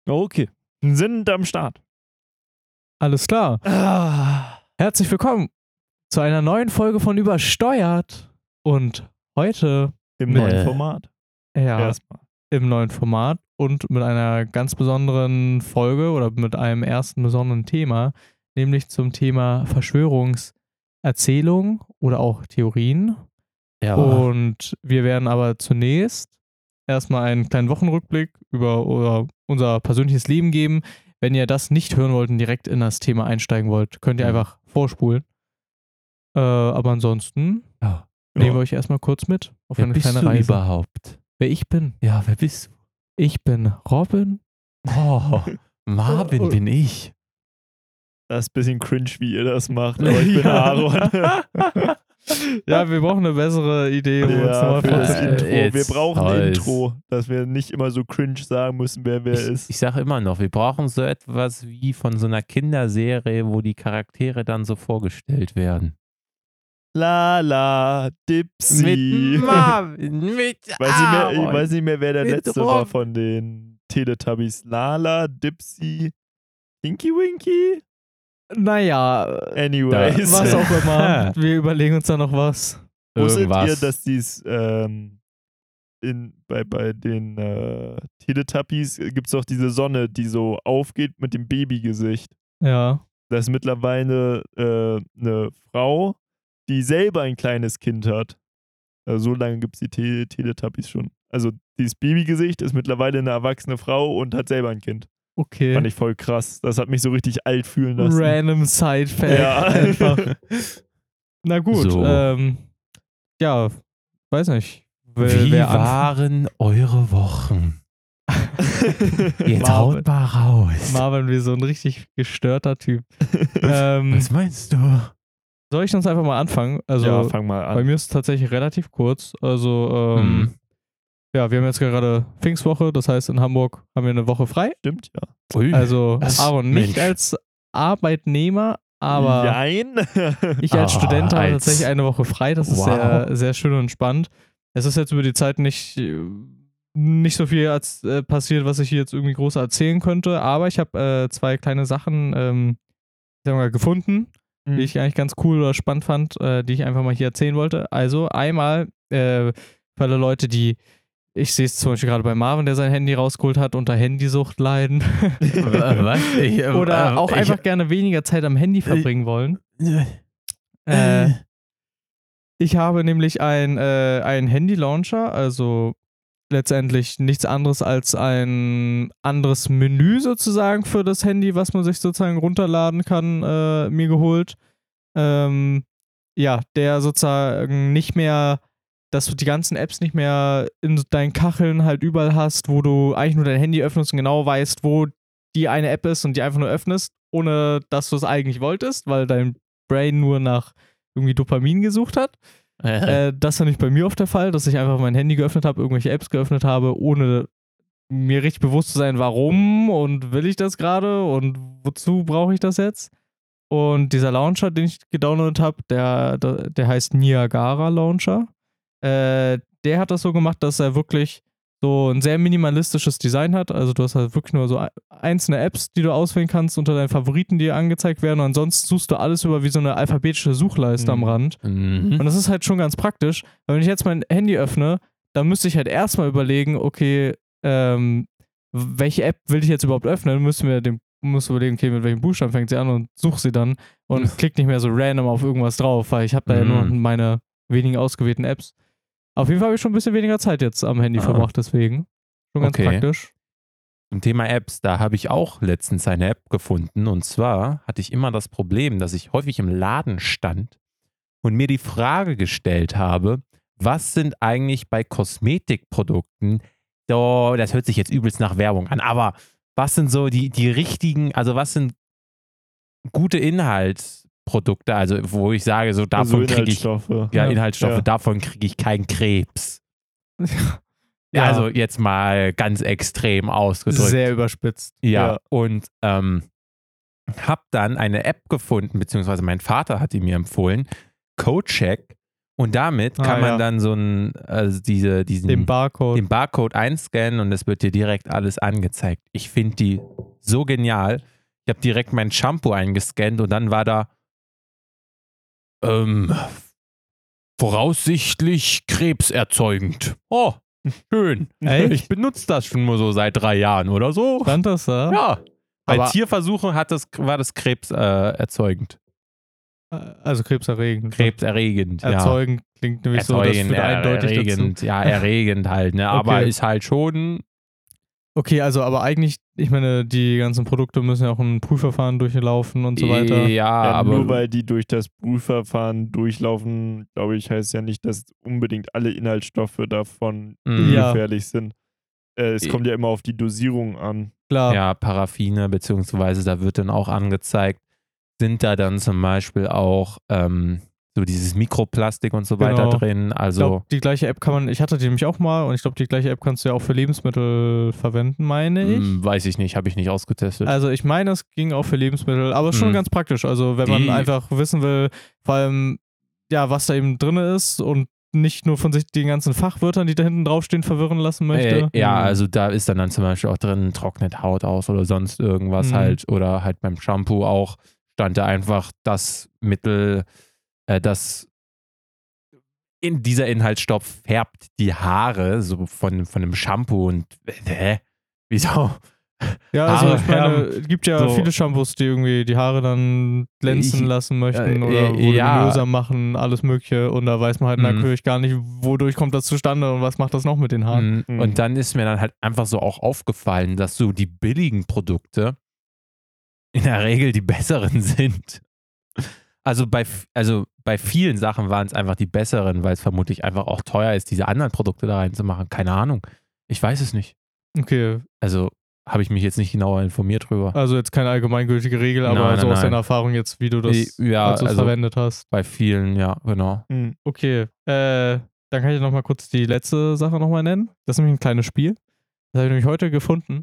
Okay. Sind am Start. Alles klar. Herzlich willkommen zu einer neuen Folge von Übersteuert. Und heute Im neuen Format. Erstmal. Im neuen Format und mit einer ganz besonderen Folge oder mit einem ersten besonderen Thema, nämlich zum Thema Verschwörungserzählung oder auch Theorien. Ja. Und wir werden aber zunächst erstmal einen kleinen Wochenrückblick über unser persönliches Leben geben. Wenn ihr das nicht hören wollt und direkt in das Thema einsteigen wollt, könnt ihr einfach vorspulen. Aber ansonsten nehmen wir euch erstmal kurz mit auf eine kleine Reise. Wer bist du überhaupt? Wer ich bin? Ja, wer bist du? Ich bin Robin. Oh, Marvin bin ich. Das ist ein bisschen cringe, wie ihr das macht, aber ich bin Aaron. Ja, wir brauchen eine bessere Idee. Ja, für das Intro. Wir Jetzt brauchen ein heiß. Intro, dass wir nicht immer so cringe sagen müssen, wer ist. Ich sage immer noch, wir brauchen so etwas wie von so einer Kinderserie, wo die Charaktere dann so vorgestellt werden. Lala, Dipsy. Marvin, mit Ich weiß nicht mehr, wer der Mit letzte war Rob. von den Teletubbies. Lala, Dipsy, Tinky Winky? Naja, Anyways. was auch immer. Wir überlegen uns da noch was. Wusstet ihr, dass dies bei den Teletubbies gibt es doch diese Sonne, die so aufgeht mit dem Babygesicht. Ja. Das ist mittlerweile eine Frau, die selber ein kleines Kind hat. Also so lange gibt es die Teletubbies schon. Also dieses Babygesicht ist mittlerweile eine erwachsene Frau und hat selber ein Kind. Okay. Fand ich voll krass. Das hat mich so richtig alt fühlen lassen. Random Side-Fact. Ja. Einfach. Na gut. So. Ja, weiß nicht. Wie Wer waren eure Wochen? Jetzt Marvin. haut mal raus. Marvin wie so ein richtig gestörter Typ. Was meinst du? Soll ich uns einfach mal anfangen? Also, Ja, fang mal bei an. mir ist es tatsächlich relativ kurz. Also, ja, wir haben jetzt gerade Pfingstwoche, das heißt, in Hamburg haben wir eine Woche frei. Stimmt, ja. Ui. Also, Was? Aaron, nicht Mensch. als Arbeitnehmer, aber Jein. ich als Student habe als- tatsächlich eine Woche frei. Das ist Wow. sehr, sehr schön und spannend. Es ist jetzt über die Zeit nicht so viel passiert, was ich hier jetzt irgendwie groß erzählen könnte, aber ich habe zwei kleine Sachen sagen wir mal, gefunden, die ich eigentlich ganz cool oder spannend fand, die ich einfach mal hier erzählen wollte. Also einmal für alle Leute, die, ich sehe es zum Beispiel gerade bei Marvin, der sein Handy rausgeholt hat, unter Handysucht leiden. Was? Oder auch einfach gerne weniger Zeit am Handy verbringen wollen. Ich habe nämlich ein Handy-Launcher, also letztendlich nichts anderes als ein anderes Menü sozusagen für das Handy, was man sich sozusagen runterladen kann, mir geholt. Ja, der sozusagen nicht mehr, dass du die ganzen Apps nicht mehr in deinen Kacheln halt überall hast, wo du eigentlich nur dein Handy öffnest und genau weißt, wo die eine App ist und die einfach nur öffnest, ohne dass du es eigentlich wolltest, weil dein Brain nur nach irgendwie Dopamin gesucht hat. Das war nicht bei mir oft der Fall, dass ich einfach mein Handy geöffnet habe, irgendwelche Apps geöffnet habe, ohne mir richtig bewusst zu sein, warum und will ich das gerade und wozu brauche ich das jetzt? Und dieser Launcher, den ich gedownloadet habe, der heißt Niagara Launcher. Der hat das so gemacht, dass er wirklich so ein sehr minimalistisches Design hat. Also du hast halt wirklich nur so einzelne Apps, die du auswählen kannst unter deinen Favoriten, die dir angezeigt werden. Und ansonsten suchst du alles über wie so eine alphabetische Suchleiste am Rand. Und das ist halt schon ganz praktisch. Weil wenn ich jetzt mein Handy öffne, dann müsste ich halt erstmal überlegen, okay, welche App will ich jetzt überhaupt öffnen? Musst überlegen, okay, mit welchem Buchstaben fängt sie an und such sie dann und klick nicht mehr so random auf irgendwas drauf, weil ich habe da ja nur meine wenigen ausgewählten Apps. Auf jeden Fall habe ich schon ein bisschen weniger Zeit jetzt am Handy verbracht, deswegen. Schon ganz praktisch. Zum Thema Apps, da habe ich auch letztens eine App gefunden. Und zwar hatte ich immer das Problem, dass ich häufig im Laden stand und mir die Frage gestellt habe, was sind eigentlich bei Kosmetikprodukten, so, das hört sich jetzt übelst nach Werbung an, aber was sind so die richtigen, also was sind gute Inhaltsprodukte, also wo ich sage, so davon kriege ich Inhaltsstoffe, davon kriege ich keinen Krebs. Ja, also jetzt mal ganz extrem ausgedrückt. Sehr überspitzt. Ja. Und habe dann eine App gefunden, beziehungsweise mein Vater hat die mir empfohlen, CodeCheck. Und damit kann man dann so den den Barcode einscannen und es wird dir direkt alles angezeigt. Ich finde die so genial. Ich habe direkt mein Shampoo eingescannt und dann war da voraussichtlich krebserzeugend. Oh, schön. Echt? Ich benutze das schon mal so seit 3 Jahren oder so. Stand das da? Ja. Bei Aber- Tierversuchen war das krebserzeugend. Also krebserregend. Krebserregend, ja. Erzeugen klingt nämlich so, das Erzeugen, führt eindeutig dazu. erregend, ja, erregend halt, ne? Aber Okay. ist halt schon. Okay, also aber eigentlich, ich meine, die ganzen Produkte müssen ja auch ein Prüfverfahren durchlaufen und so weiter. Ja, aber. nur weil die durch das Prüfverfahren durchlaufen, glaube ich, heißt ja nicht, dass unbedingt alle Inhaltsstoffe davon Ja. gefährlich sind. Es kommt ja immer auf die Dosierung an. Klar. Ja, Paraffine, beziehungsweise da wird dann auch angezeigt, sind da dann zum Beispiel auch so dieses Mikroplastik und so weiter Genau. drin. Ich Also, glaube, die gleiche App kann man, ich hatte die nämlich auch mal und ich glaube, die gleiche App kannst du ja auch für Lebensmittel verwenden, meine ich. weiß ich nicht, habe ich nicht ausgetestet. Also ich meine, es ging auch für Lebensmittel, aber schon ganz praktisch. Also wenn man Die- einfach wissen will, vor allem, ja, was da eben drin ist und nicht nur von sich den ganzen Fachwörtern, die da hinten draufstehen, verwirren lassen möchte. Ja, also da ist dann zum Beispiel auch drin, trocknet Haut aus oder sonst irgendwas halt. Oder halt beim Shampoo auch stand da einfach das Mittel, das in dieser Inhaltsstoff färbt die Haare so von dem Shampoo und wieso? Ja, also Haare ich meine, färben. es gibt ja So. viele Shampoos, die irgendwie die Haare dann glänzen lassen möchten oder ja. voluminöser machen, alles mögliche. Und da weiß man halt Mhm. natürlich gar nicht, wodurch kommt das zustande und was macht das noch mit den Haaren. Mhm. Und dann ist mir dann halt einfach so auch aufgefallen, dass so die billigen Produkte in der Regel die besseren sind. Also bei vielen Sachen waren es einfach die besseren, weil es vermutlich einfach auch teuer ist, diese anderen Produkte da reinzumachen. Keine Ahnung. Ich weiß es nicht. Okay, Also habe ich mich jetzt nicht genauer informiert drüber. also jetzt keine allgemeingültige Regel, aber Nein, so nein, aus nein. deiner Erfahrung jetzt, wie du das Ja, als du es also verwendet hast. bei vielen, ja, genau. Mhm. Okay, dann kann ich nochmal kurz die letzte Sache nochmal nennen. Das ist nämlich ein kleines Spiel. Das habe ich nämlich heute gefunden.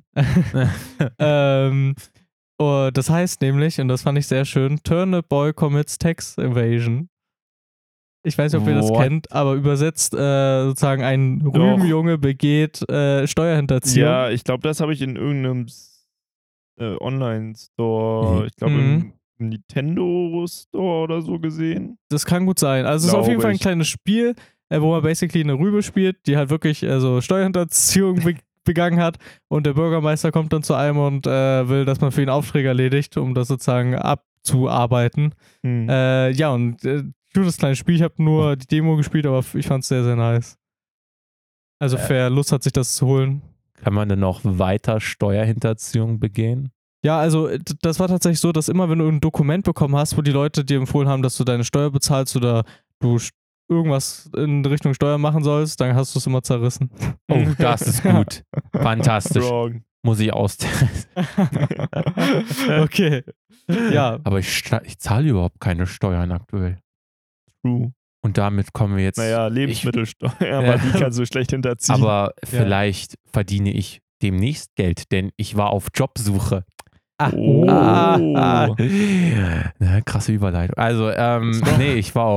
Und das heißt nämlich, und das fand ich sehr schön, Turnip Boy commits tax evasion. Ich weiß nicht, ob ihr das What? kennt, aber übersetzt sozusagen ein Rübenjunge begeht Steuerhinterziehung. Ja, ich glaube, das habe ich in irgendeinem Online-Store, ich glaube im Nintendo-Store oder so gesehen. Das kann gut sein. Also es ist auf jeden Fall ein kleines Spiel, wo man basically eine Rübe spielt, die halt wirklich Steuerhinterziehung begangen hat und der Bürgermeister kommt dann zu einem und will, dass man für ihn Aufträge erledigt, um das sozusagen abzuarbeiten. Ja, und das kleine Spiel, ich habe nur die Demo gespielt, aber ich fand es sehr, sehr nice. Also wer Lust hat, sich das zu holen. Kann man denn noch weiter Steuerhinterziehung begehen? Ja, also das war tatsächlich so, dass immer, wenn du ein Dokument bekommen hast, wo die Leute dir empfohlen haben, dass du deine Steuer bezahlst oder du irgendwas in Richtung Steuer machen sollst, dann hast du es immer zerrissen. Oh, das ist gut. Fantastisch. Wrong. Muss ich austesten. Okay. Ja. Aber ich zahle überhaupt keine Steuern aktuell. True. Und damit kommen wir jetzt. Naja, Lebensmittelsteuer, aber die kannst du schlecht hinterziehen. Aber vielleicht verdiene ich demnächst Geld, denn ich war auf Jobsuche. Oh. Na, krasse Überleitung. Also, nee, ich war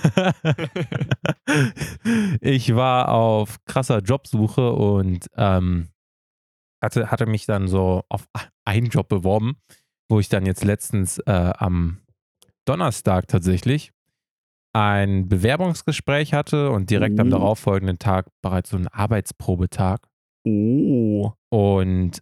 auf krasser Jobsuche und hatte mich dann so auf einen Job beworben, wo ich dann jetzt letztens am Donnerstag tatsächlich ein Bewerbungsgespräch hatte und direkt am darauffolgenden Tag bereits so einen Arbeitsprobetag. Oh. Und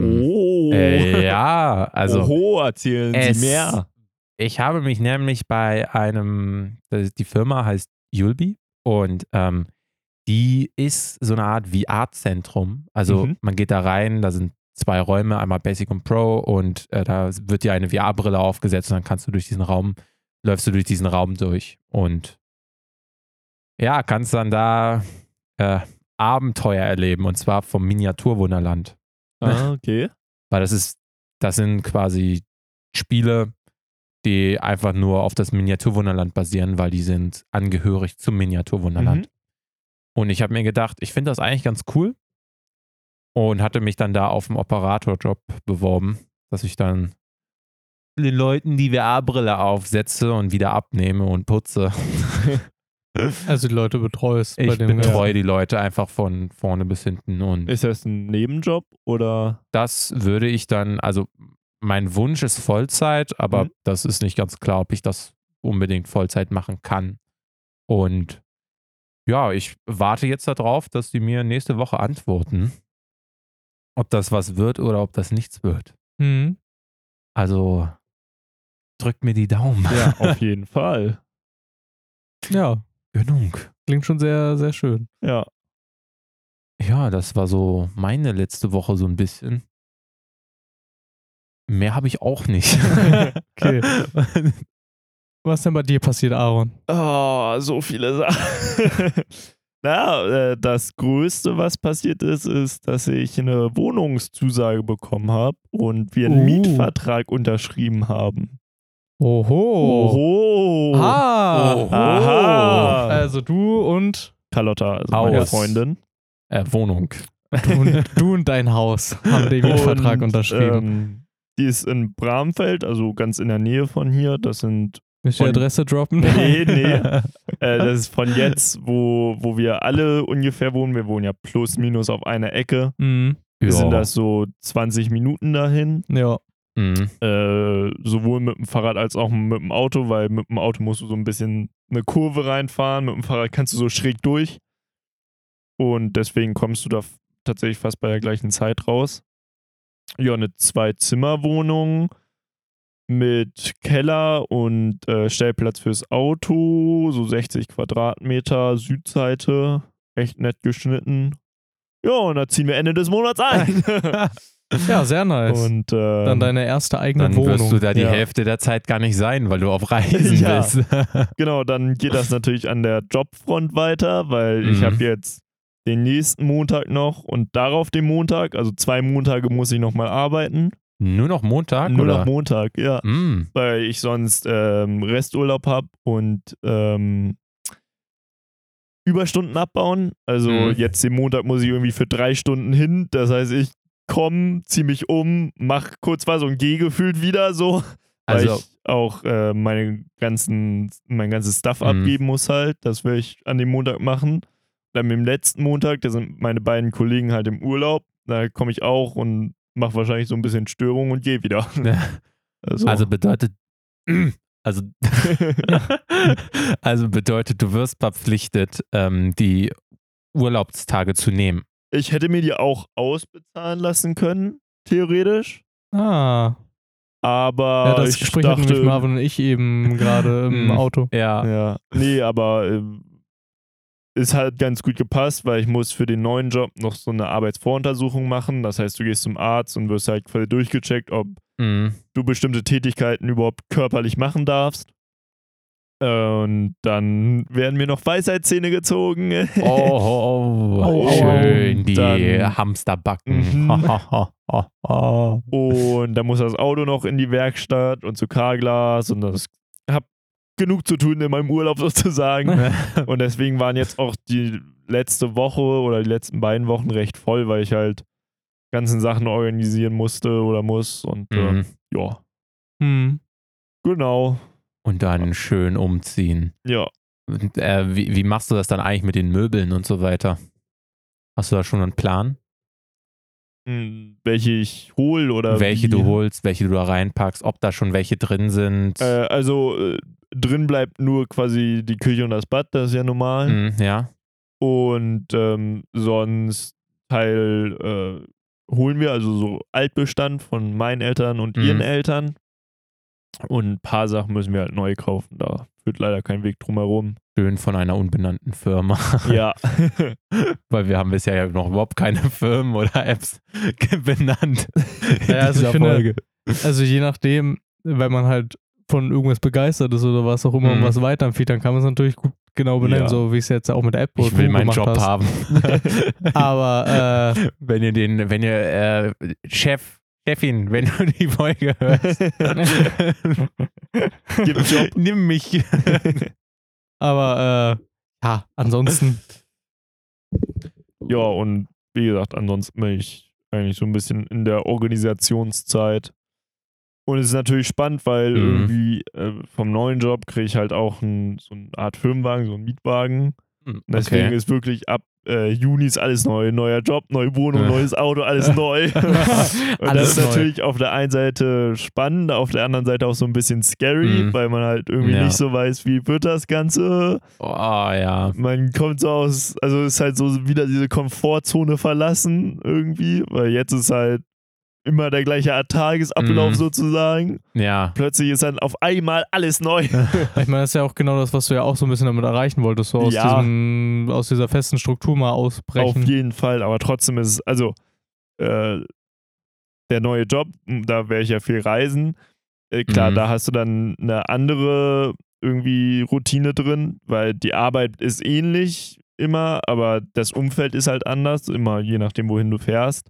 ja, also Oho, erzählen Sie mehr. Ich habe mich nämlich bei die Firma heißt Yulby und die ist so eine Art VR-Zentrum. Also man geht da rein, da sind 2 Räume, einmal Basic und Pro und da wird dir eine VR-Brille aufgesetzt und dann läufst du durch diesen Raum durch und ja, kannst dann da Abenteuer erleben und zwar vom Miniaturwunderland. Ah, okay. Weil das sind quasi Spiele, die einfach nur auf das Miniaturwunderland basieren, weil die sind angehörig zum Miniaturwunderland. Und ich habe mir gedacht, ich finde das eigentlich ganz cool und hatte mich dann da auf einen Operatorjob beworben, dass ich dann den Leuten die VR-Brille aufsetze und wieder abnehme und putze. Also die Leute betreust bei Ich dem betreue die Leute einfach von vorne bis hinten und Ist das ein Nebenjob oder? das würde ich dann, also mein Wunsch ist Vollzeit, aber Mhm. das ist nicht ganz klar, ob ich das unbedingt Vollzeit machen kann. Und ja, ich warte jetzt darauf, dass die mir nächste Woche antworten, ob das was wird oder ob das nichts wird. Mhm. Also drückt mir die Daumen. Ja, auf jeden Fall. Ja, Genug. klingt schon sehr, sehr schön. Ja. Ja, das war so meine letzte Woche so ein bisschen. Mehr habe ich auch nicht. Okay. Was ist denn bei dir passiert, Aaron? Oh, so viele Sachen. Das Größte, was passiert ist, ist, dass ich eine Wohnungszusage bekommen habe und wir einen Mietvertrag unterschrieben haben. Oho. Oho. Ah. Aha. Also du und Carlotta, also meine Haus. Freundin. Wohnung. du und dein Haus haben den Mietvertrag Und, unterschrieben. Die ist in Bramfeld, also ganz in der Nähe von hier. Das sind Willst du die Adresse droppen? Nee. Das ist von jetzt, wo wir alle ungefähr wohnen. Wir wohnen ja plus minus auf einer Ecke. Mhm. Sind das so 20 Minuten dahin. Ja. Mhm. Sowohl mit dem Fahrrad als auch mit dem Auto, weil mit dem Auto musst du so ein bisschen eine Kurve reinfahren. Mit dem Fahrrad kannst du so schräg durch. Und deswegen kommst du da tatsächlich fast bei der gleichen Zeit raus. Ja, eine 2-Zimmer-Wohnung mit Keller und Stellplatz fürs Auto, so 60 Quadratmeter, Südseite, echt nett geschnitten. Ja, und da ziehen wir Ende des Monats ein. Ja, sehr nice. Und Dann deine erste eigene Dann Wohnung. wirst du da die Ja. Hälfte der Zeit gar nicht sein, weil du auf Reisen Ja. bist. genau, dann geht das natürlich an der Jobfront weiter, weil ich Mhm. habe jetzt den nächsten Montag noch und darauf den Montag, also 2 Montage muss ich nochmal arbeiten. Nur noch Montag? Nur oder? noch Montag, ja. Mm. Weil ich sonst Resturlaub habe und Überstunden abbauen. Also jetzt den Montag muss ich irgendwie für 3 Stunden hin. Das heißt, ich komme, ziehe mich um, mache kurz was und gehe gefühlt wieder so. Weil Also- ich auch mein ganzes Stuff abgeben muss halt. Das werde ich an dem Montag machen. Dann mit dem letzten Montag, da sind meine beiden Kollegen halt im Urlaub. Da komme ich auch und mache wahrscheinlich so ein bisschen Störung und gehe wieder. Also bedeutet, also bedeutet, du wirst verpflichtet, die Urlaubstage zu nehmen. Ich hätte mir die auch ausbezahlen lassen können, theoretisch. Ah. Aber Ja, das ich Gespräch hatten dachte, nämlich Marvin und ich eben gerade im Auto. Ja. ja, nee, aber ist halt ganz gut gepasst, weil ich muss für den neuen Job noch so eine Arbeitsvoruntersuchung machen. Das heißt, du gehst zum Arzt und wirst halt quasi durchgecheckt, ob du bestimmte Tätigkeiten überhaupt körperlich machen darfst. Und dann werden mir noch Weisheitszähne gezogen. Oh, schön, die Dann- Hamsterbacken. Und dann muss das Auto noch in die Werkstatt und zu Carglass und das hab genug zu tun in meinem Urlaub sozusagen. Und deswegen waren jetzt auch die letzte Woche oder die letzten beiden Wochen recht voll, weil ich halt ganzen Sachen organisieren musste oder muss und ja, Hm. genau, Und dann schön umziehen. ja. Und, wie machst du das dann eigentlich mit den Möbeln und so weiter? Hast du da schon einen Plan? Welche ich hole oder Welche wie? du holst, welche du da reinpackst, ob da schon welche drin sind? Drin bleibt nur quasi die Küche und das Bad, das ist ja normal. Ja. Und sonst Teil holen wir, also so Altbestand von meinen Eltern und ihren Eltern. Und ein paar Sachen müssen wir halt neu kaufen. Da führt leider kein Weg drum herum. Schön von einer unbenannten Firma. Ja. Weil wir haben bisher ja noch überhaupt keine Firmen oder Apps benannt. Ja, also dieser ich finde, Folge. also je nachdem, wenn man halt von irgendwas begeistert ist oder was auch immer und was weiterempfiehlt, dann kann man es natürlich gut genau benennen, Ja. so wie es jetzt auch mit der App Ich will meinen Job haben. Aber wenn ihr Chefin, wenn du die Folge hörst, Gib einen Job. nimm mich. ja, ansonsten Ja, und wie gesagt, ansonsten bin ich eigentlich so ein bisschen in der Organisationszeit. Und es ist natürlich spannend, weil Mhm. irgendwie vom neuen Job kriege ich halt auch so eine Art Firmenwagen, so einen Mietwagen. Und deswegen ist wirklich ab Juni ist alles neu. Neuer Job, neue Wohnung, neues Auto, alles neu. Und Alles das ist neu. natürlich auf der einen Seite spannend, auf der anderen Seite auch so ein bisschen scary, weil man halt irgendwie Ja. nicht so weiß, wie wird das Ganze. Oh, ja. Man kommt so aus, also ist halt so wieder diese Komfortzone verlassen irgendwie, weil jetzt ist halt immer der gleiche Tagesablauf sozusagen. Ja. Plötzlich ist dann auf einmal alles neu. Ich meine, das ist ja auch genau das, was du ja auch so ein bisschen damit erreichen wolltest, so aus dieser festen Struktur mal ausbrechen. Auf jeden Fall, aber trotzdem ist es, also der neue Job, da werde ich ja viel reisen. Klar, da hast du dann eine andere irgendwie Routine drin, weil die Arbeit ist ähnlich immer, aber das Umfeld ist halt anders, immer je nachdem, wohin du fährst.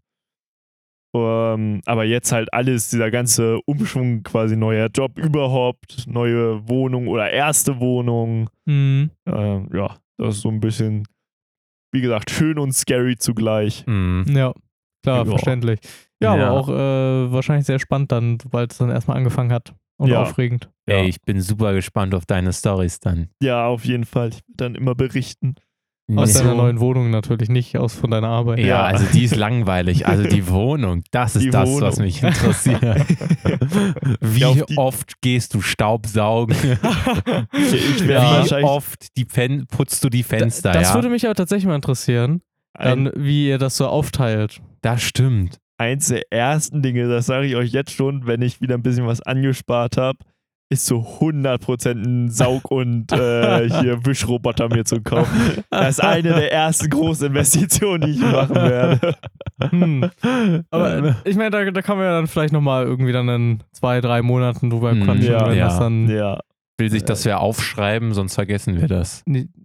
Aber jetzt halt alles, dieser ganze Umschwung, quasi neuer Job überhaupt, neue Wohnung oder erste Wohnung. Mhm. Ja, das ist so ein bisschen, wie gesagt, schön und scary zugleich. Ja, klar, Ja. verständlich. Ja, Ja. aber auch wahrscheinlich sehr spannend dann, sobald es dann erstmal angefangen hat. Und Ja. aufregend. Ja. Ey, ich bin super gespannt auf deine Storys dann. Ja, auf jeden Fall. Ich werde dann immer berichten. Aus Ja. deiner neuen Wohnung natürlich, nicht von deiner Arbeit. Ja, also die ist langweilig. Also die Wohnung, das ist Die das, Wohnung. was mich interessiert. Wie Ja, auf die- oft gehst du Staubsaugen? Ich Wie werde wahrscheinlich oft putzt du die Fenster? Das ja? würde mich aber tatsächlich mal interessieren, dann, wie ihr das so aufteilt. Das stimmt. eins der ersten Dinge, das sage ich euch jetzt schon, wenn ich wieder ein bisschen was angespart habe, ist so 100% ein Saug- und hier Wischroboter mir zu kaufen. Das ist eine der ersten großen Investitionen, die ich machen werde. Aber ich meine, da kann man ja dann vielleicht nochmal irgendwie dann in 2-3 Monaten drüber quatschen, Ja. wenn Ja. das dann. Ja, Will sich das wer aufschreiben, sonst vergessen wir das.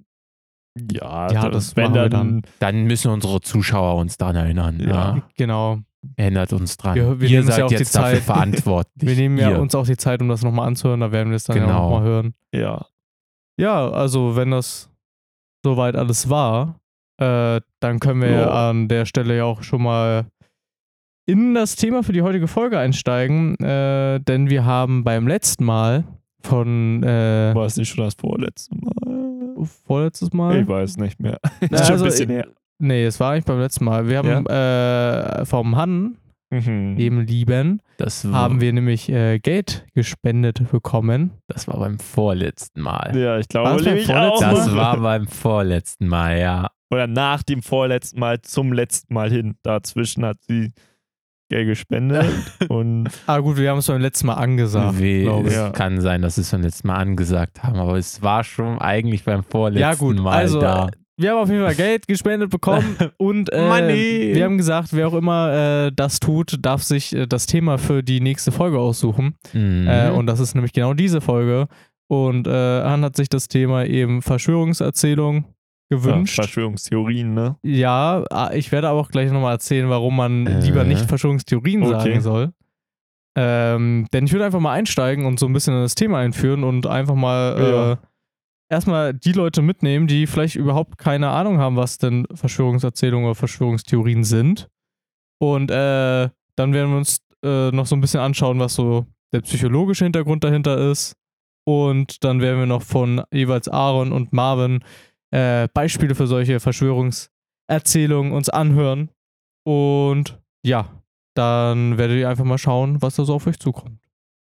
ja, das wenn machen wir dann. Dann müssen unsere Zuschauer uns daran erinnern. Ja. Genau. Erinnert uns dran. Wir Ihr nehmen uns ja seid auch die jetzt dafür Zeit. verantwortlich. Wir nehmen ja Ihr. uns auch die Zeit, um das nochmal anzuhören, da werden wir es dann ja Genau. auch nochmal hören. Ja, Ja, also wenn das soweit alles war, dann können wir Ja. an der Stelle ja auch schon mal in das Thema für die heutige Folge einsteigen, denn wir haben beim letzten Mal von war es nicht schon das vorletzte Mal? vorletztes Mal? Ich weiß nicht mehr. Na, Ist schon also, ein bisschen her. Nee, es war eigentlich beim letzten Mal. Wir haben vom Han, Mhm. dem Lieben, Das, haben wir nämlich Geld gespendet bekommen. das war beim vorletzten Mal. Ja, ich War glaube das beim nämlich auch. vorletzten Das war beim vorletzten Mal, ja. Oder nach dem vorletzten Mal zum letzten Mal hin. Dazwischen hat sie Geld gespendet und Gut, wir haben es beim letzten Mal angesagt, glaube Es ich. Ja. kann sein, dass wir es beim letzten Mal angesagt haben, aber es war schon eigentlich beim vorletzten Ja, gut, Mal also da. wir haben auf jeden Fall Geld gespendet bekommen und Money. wir haben gesagt, wer auch immer das tut, darf sich das Thema für die nächste Folge aussuchen. Und das ist nämlich genau diese Folge. Und Han hat sich das Thema eben Verschwörungserzählung gewünscht. Verschwörungstheorien, ne? Ja, ich werde aber auch gleich nochmal erzählen, warum man lieber nicht Verschwörungstheorien Okay. sagen soll. Denn ich würde einfach mal einsteigen und so ein bisschen in das Thema einführen und einfach mal erstmal die Leute mitnehmen, die vielleicht überhaupt keine Ahnung haben, was denn Verschwörungserzählungen oder Verschwörungstheorien sind. Und dann werden wir uns noch so ein bisschen anschauen, was so der psychologische Hintergrund dahinter ist. Und dann werden wir noch von jeweils Aaron und Marvin Beispiele für solche Verschwörungserzählungen uns anhören. Und ja, dann werdet ihr einfach mal schauen, was da so auf euch zukommt.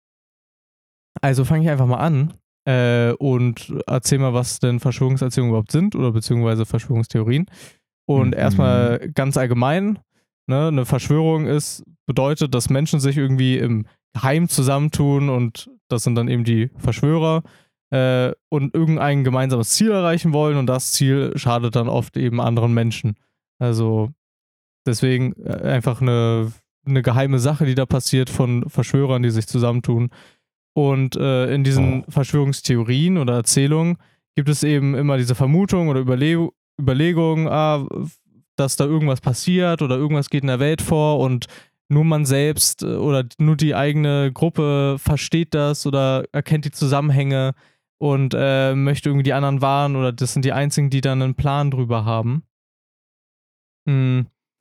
Also fange ich einfach mal an und erzähl mal, was denn Verschwörungserzählungen überhaupt sind oder beziehungsweise Verschwörungstheorien. Und erstmal ganz allgemein, ne, eine Verschwörung bedeutet, dass Menschen sich irgendwie im Geheim zusammentun und das sind dann eben die Verschwörer und irgendein gemeinsames Ziel erreichen wollen und das Ziel schadet dann oft eben anderen Menschen. Also deswegen einfach eine geheime Sache, die da passiert von Verschwörern, die sich zusammentun. Und in diesen Verschwörungstheorien oder Erzählungen gibt es eben immer diese Vermutung oder Überlegung, dass da irgendwas passiert oder irgendwas geht in der Welt vor und nur man selbst oder nur die eigene Gruppe versteht das oder erkennt die Zusammenhänge und möchte irgendwie die anderen warnen oder das sind die einzigen, die dann einen Plan drüber haben.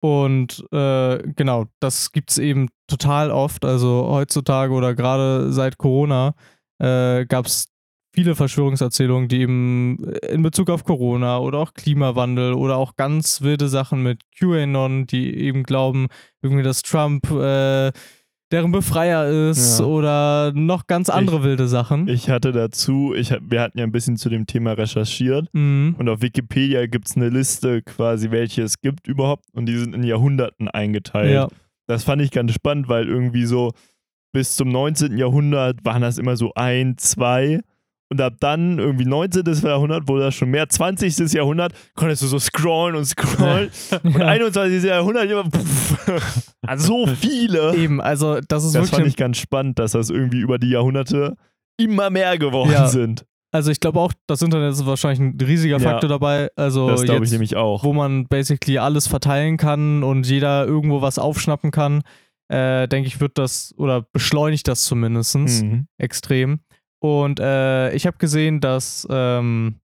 Und genau, das gibt es eben total oft. Also heutzutage oder gerade seit Corona gab es viele Verschwörungserzählungen, die eben in Bezug auf Corona oder auch Klimawandel oder auch ganz wilde Sachen mit QAnon, die eben glauben, irgendwie, dass Trump deren Befreier ist oder noch ganz andere wilde Sachen. Ich hatte dazu, wir hatten ja ein bisschen zu dem Thema recherchiert und auf Wikipedia gibt es eine Liste quasi, welche es gibt überhaupt und die sind in Jahrhunderten eingeteilt. Ja. Das fand ich ganz spannend, weil irgendwie so bis zum 19. Jahrhundert waren das immer so 1, 2 und ab dann irgendwie 19. Jahrhundert wurde das schon mehr, 20. Jahrhundert konntest du so scrollen und 21. Jahrhundert immer so viele. Eben, also das ist wirklich... Das fand ich ganz spannend, dass das irgendwie über die Jahrhunderte immer mehr geworden sind. Also ich glaube auch, das Internet ist wahrscheinlich ein riesiger Faktor dabei. Also das glaube ich nämlich auch. Wo man basically alles verteilen kann und jeder irgendwo was aufschnappen kann, denke ich, wird das, oder beschleunigt das zumindest extrem. Und ich habe gesehen, dass von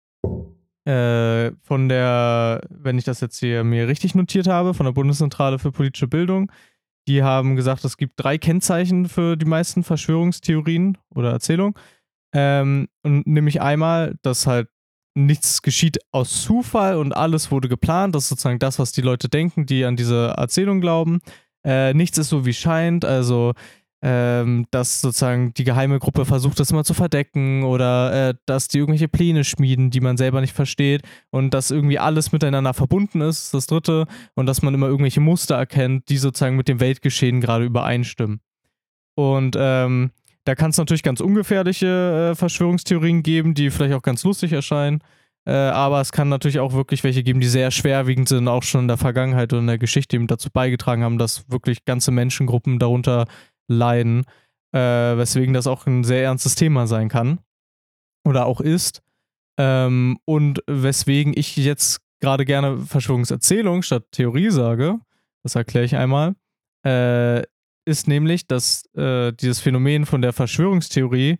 der, wenn ich das jetzt hier mir richtig notiert habe, von der Bundeszentrale für politische Bildung, die haben gesagt, es gibt 3 Kennzeichen für die meisten Verschwörungstheorien oder Erzählungen. Und nämlich einmal, dass halt nichts geschieht aus Zufall und alles wurde geplant. Das ist sozusagen das, was die Leute denken, die an diese Erzählung glauben. Nichts ist so, wie scheint. Also, dass sozusagen die geheime Gruppe versucht, das immer zu verdecken oder dass die irgendwelche Pläne schmieden, die man selber nicht versteht und dass irgendwie alles miteinander verbunden ist, das Dritte. Und dass man immer irgendwelche Muster erkennt, die sozusagen mit dem Weltgeschehen gerade übereinstimmen. Und da kann es natürlich ganz ungefährliche Verschwörungstheorien geben, die vielleicht auch ganz lustig erscheinen. Aber es kann natürlich auch wirklich welche geben, die sehr schwerwiegend sind, auch schon in der Vergangenheit und in der Geschichte eben dazu beigetragen haben, dass wirklich ganze Menschengruppen darunter leiden. Weswegen das auch ein sehr ernstes Thema sein kann. Oder auch ist. Und weswegen ich jetzt gerade gerne Verschwörungserzählung statt Theorie sage, das erkläre ich einmal, ist nämlich, dass dieses Phänomen von der Verschwörungstheorie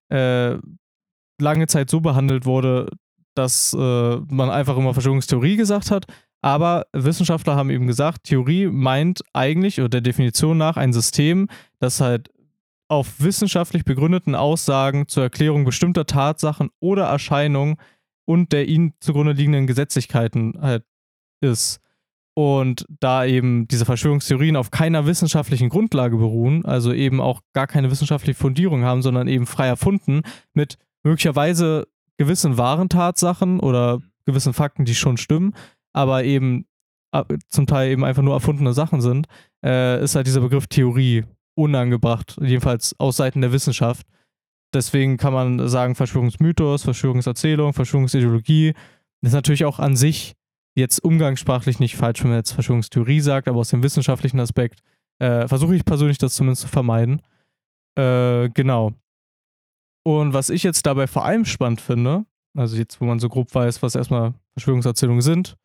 lange Zeit so behandelt wurde, dass man einfach immer Verschwörungstheorie gesagt hat, aber Wissenschaftler haben eben gesagt, Theorie meint eigentlich oder der Definition nach ein System, das halt auf wissenschaftlich begründeten Aussagen zur Erklärung bestimmter Tatsachen oder Erscheinungen und der ihnen zugrunde liegenden Gesetzlichkeiten halt ist. Und da eben diese Verschwörungstheorien auf keiner wissenschaftlichen Grundlage beruhen, also eben auch gar keine wissenschaftliche Fundierung haben, sondern eben frei erfunden mit möglicherweise gewissen wahren Tatsachen oder gewissen Fakten, die schon stimmen, aber eben zum Teil eben einfach nur erfundene Sachen sind, ist halt dieser Begriff Theorie unangebracht, jedenfalls aus Seiten der Wissenschaft. Deswegen kann man sagen, Verschwörungsmythos, Verschwörungserzählung, Verschwörungsideologie ist natürlich auch an sich jetzt umgangssprachlich nicht falsch, wenn man jetzt Verschwörungstheorie sagt, aber aus dem wissenschaftlichen Aspekt versuche ich persönlich das zumindest zu vermeiden. Genau. Und was ich jetzt dabei vor allem spannend finde, also jetzt, wo man so grob weiß, was erstmal Verschwörungserzählungen sind,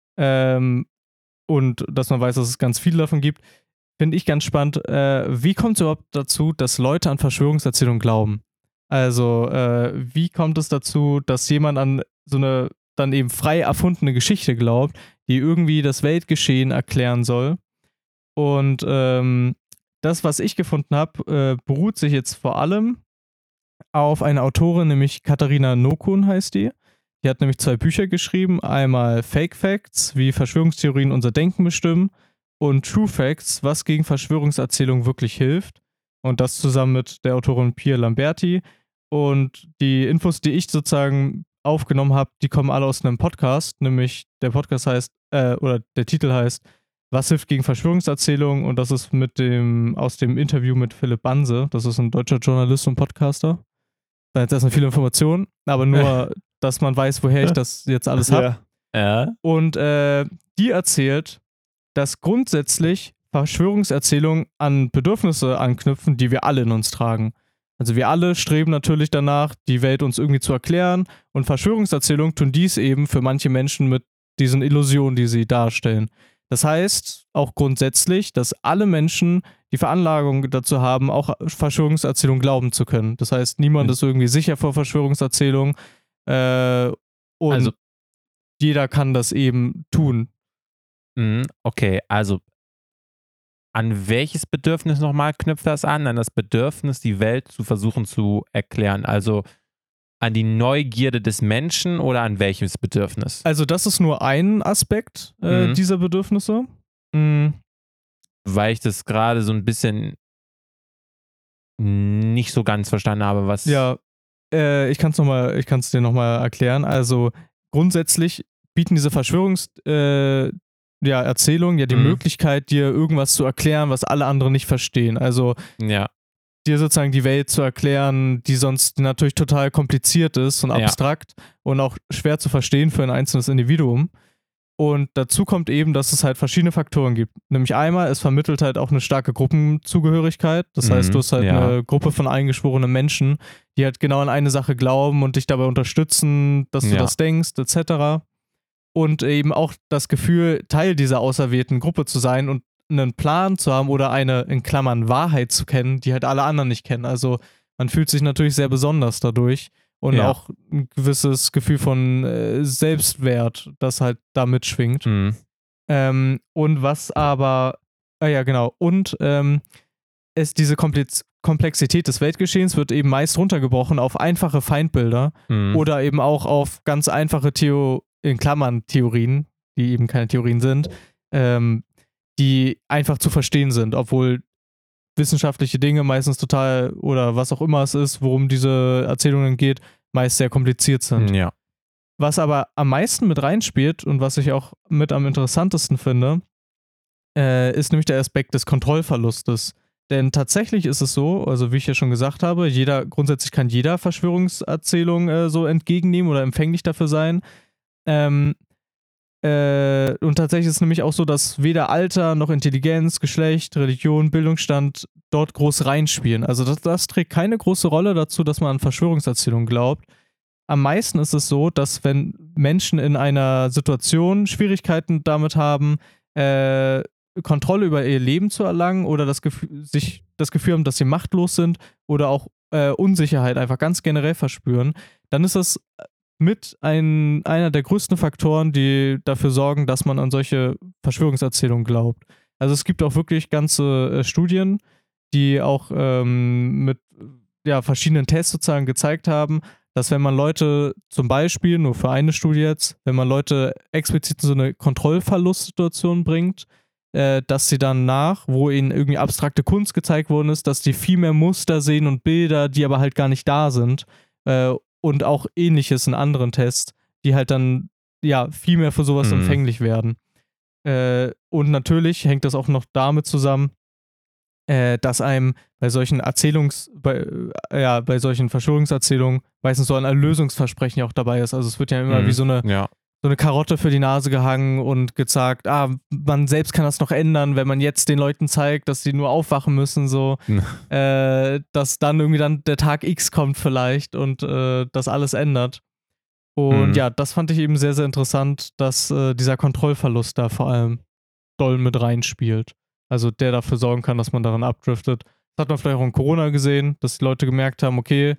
und dass man weiß, dass es ganz viele davon gibt, finde ich ganz spannend, wie kommt es überhaupt dazu, dass Leute an Verschwörungserzählungen glauben? Also, wie kommt es dazu, dass jemand an so eine dann eben frei erfundene Geschichte glaubt, die irgendwie das Weltgeschehen erklären soll? Und das, was ich gefunden habe, beruht sich jetzt vor allem auf eine Autorin, nämlich Katharina Nokun heißt die. Die hat nämlich 2 Bücher geschrieben. Einmal Fake Facts, wie Verschwörungstheorien unser Denken bestimmen, und True Facts, was gegen Verschwörungserzählungen wirklich hilft. Und das zusammen mit der Autorin Pia Lamberti. Und die Infos, die ich sozusagen aufgenommen habe, die kommen alle aus einem Podcast. Nämlich der Podcast heißt, oder der Titel heißt Was hilft gegen Verschwörungserzählungen? Und das ist aus dem Interview mit Philipp Banse. Das ist ein deutscher Journalist und Podcaster. Das sind viele Informationen, aber nur, dass man weiß, woher ich das jetzt alles habe. Ja. Und die erzählt, dass grundsätzlich Verschwörungserzählungen an Bedürfnisse anknüpfen, die wir alle in uns tragen. Also wir alle streben natürlich danach, die Welt uns irgendwie zu erklären, und Verschwörungserzählungen tun dies eben für manche Menschen mit diesen Illusionen, die sie darstellen. Das heißt auch grundsätzlich, dass alle Menschen die Veranlagung dazu haben, auch Verschwörungserzählungen glauben zu können. Das heißt, niemand ist irgendwie sicher vor Verschwörungserzählungen und jeder kann das eben tun. Okay, also an welches Bedürfnis nochmal knüpft das an? An das Bedürfnis, die Welt zu versuchen zu erklären. Also an die Neugierde des Menschen oder an welches Bedürfnis? Also das ist nur ein Aspekt dieser Bedürfnisse. Weil ich das gerade so ein bisschen nicht so ganz verstanden habe, was. Ja, ich kann es dir nochmal erklären. Also grundsätzlich bieten diese Erzählungen ja die Möglichkeit, dir irgendwas zu erklären, was alle anderen nicht verstehen. Also Ja, dir sozusagen die Welt zu erklären, die sonst natürlich total kompliziert ist und abstrakt und auch schwer zu verstehen für ein einzelnes Individuum. Und dazu kommt eben, dass es halt verschiedene Faktoren gibt. Nämlich einmal, es vermittelt halt auch eine starke Gruppenzugehörigkeit. Das heißt, du hast halt eine Gruppe von eingeschworenen Menschen, die halt genau an eine Sache glauben und dich dabei unterstützen, dass du das denkst, etc. Und eben auch das Gefühl, Teil dieser auserwählten Gruppe zu sein und einen Plan zu haben oder eine, in Klammern, Wahrheit zu kennen, die halt alle anderen nicht kennen. Also man fühlt sich natürlich sehr besonders dadurch. Und auch ein gewisses Gefühl von Selbstwert, das halt da mitschwingt. Und was aber, und diese Komplexität des Weltgeschehens wird eben meist runtergebrochen auf einfache Feindbilder oder eben auch auf ganz einfache in Klammern Theorien, die eben keine Theorien sind, die einfach zu verstehen sind, obwohl wissenschaftliche Dinge meistens total, oder was auch immer es ist, worum diese Erzählungen geht, meist sehr kompliziert sind. Ja. Was aber am meisten mit reinspielt und was ich auch mit am interessantesten finde, ist nämlich der Aspekt des Kontrollverlustes. Denn tatsächlich ist es so, also wie ich ja schon gesagt habe, grundsätzlich kann jeder Verschwörungserzählung so entgegennehmen oder empfänglich dafür sein. Und tatsächlich ist es nämlich auch so, dass weder Alter noch Intelligenz, Geschlecht, Religion, Bildungsstand dort groß reinspielen. Also das trägt keine große Rolle dazu, dass man an Verschwörungserzählungen glaubt. Am meisten ist es so, dass wenn Menschen in einer Situation Schwierigkeiten damit haben, Kontrolle über ihr Leben zu erlangen oder das Gefühl haben, dass sie machtlos sind oder auch Unsicherheit einfach ganz generell verspüren, dann ist das mit einer der größten Faktoren, die dafür sorgen, dass man an solche Verschwörungserzählungen glaubt. Also es gibt auch wirklich ganze Studien, die auch mit verschiedenen Tests sozusagen gezeigt haben, dass wenn man Leute zum Beispiel, nur für eine Studie jetzt, wenn man Leute explizit in so eine Kontrollverlustsituation bringt, dass sie danach, wo ihnen irgendwie abstrakte Kunst gezeigt worden ist, dass die viel mehr Muster sehen und Bilder, die aber halt gar nicht da sind, und auch Ähnliches in anderen Tests, die halt dann viel mehr für sowas empfänglich werden. Und natürlich hängt das auch noch damit zusammen, dass einem bei solchen bei solchen Verschwörungserzählungen meistens so ein Erlösungsversprechen auch dabei ist. Also es wird ja immer wie so eine Karotte für die Nase gehangen und gesagt, man selbst kann das noch ändern, wenn man jetzt den Leuten zeigt, dass sie nur aufwachen müssen, so, dass dann irgendwie dann der Tag X kommt vielleicht und das alles ändert. Und das fand ich eben sehr, sehr interessant, dass dieser Kontrollverlust da vor allem doll mit reinspielt. Also der dafür sorgen kann, dass man daran abdriftet. Das hat man vielleicht auch in Corona gesehen, dass die Leute gemerkt haben, okay,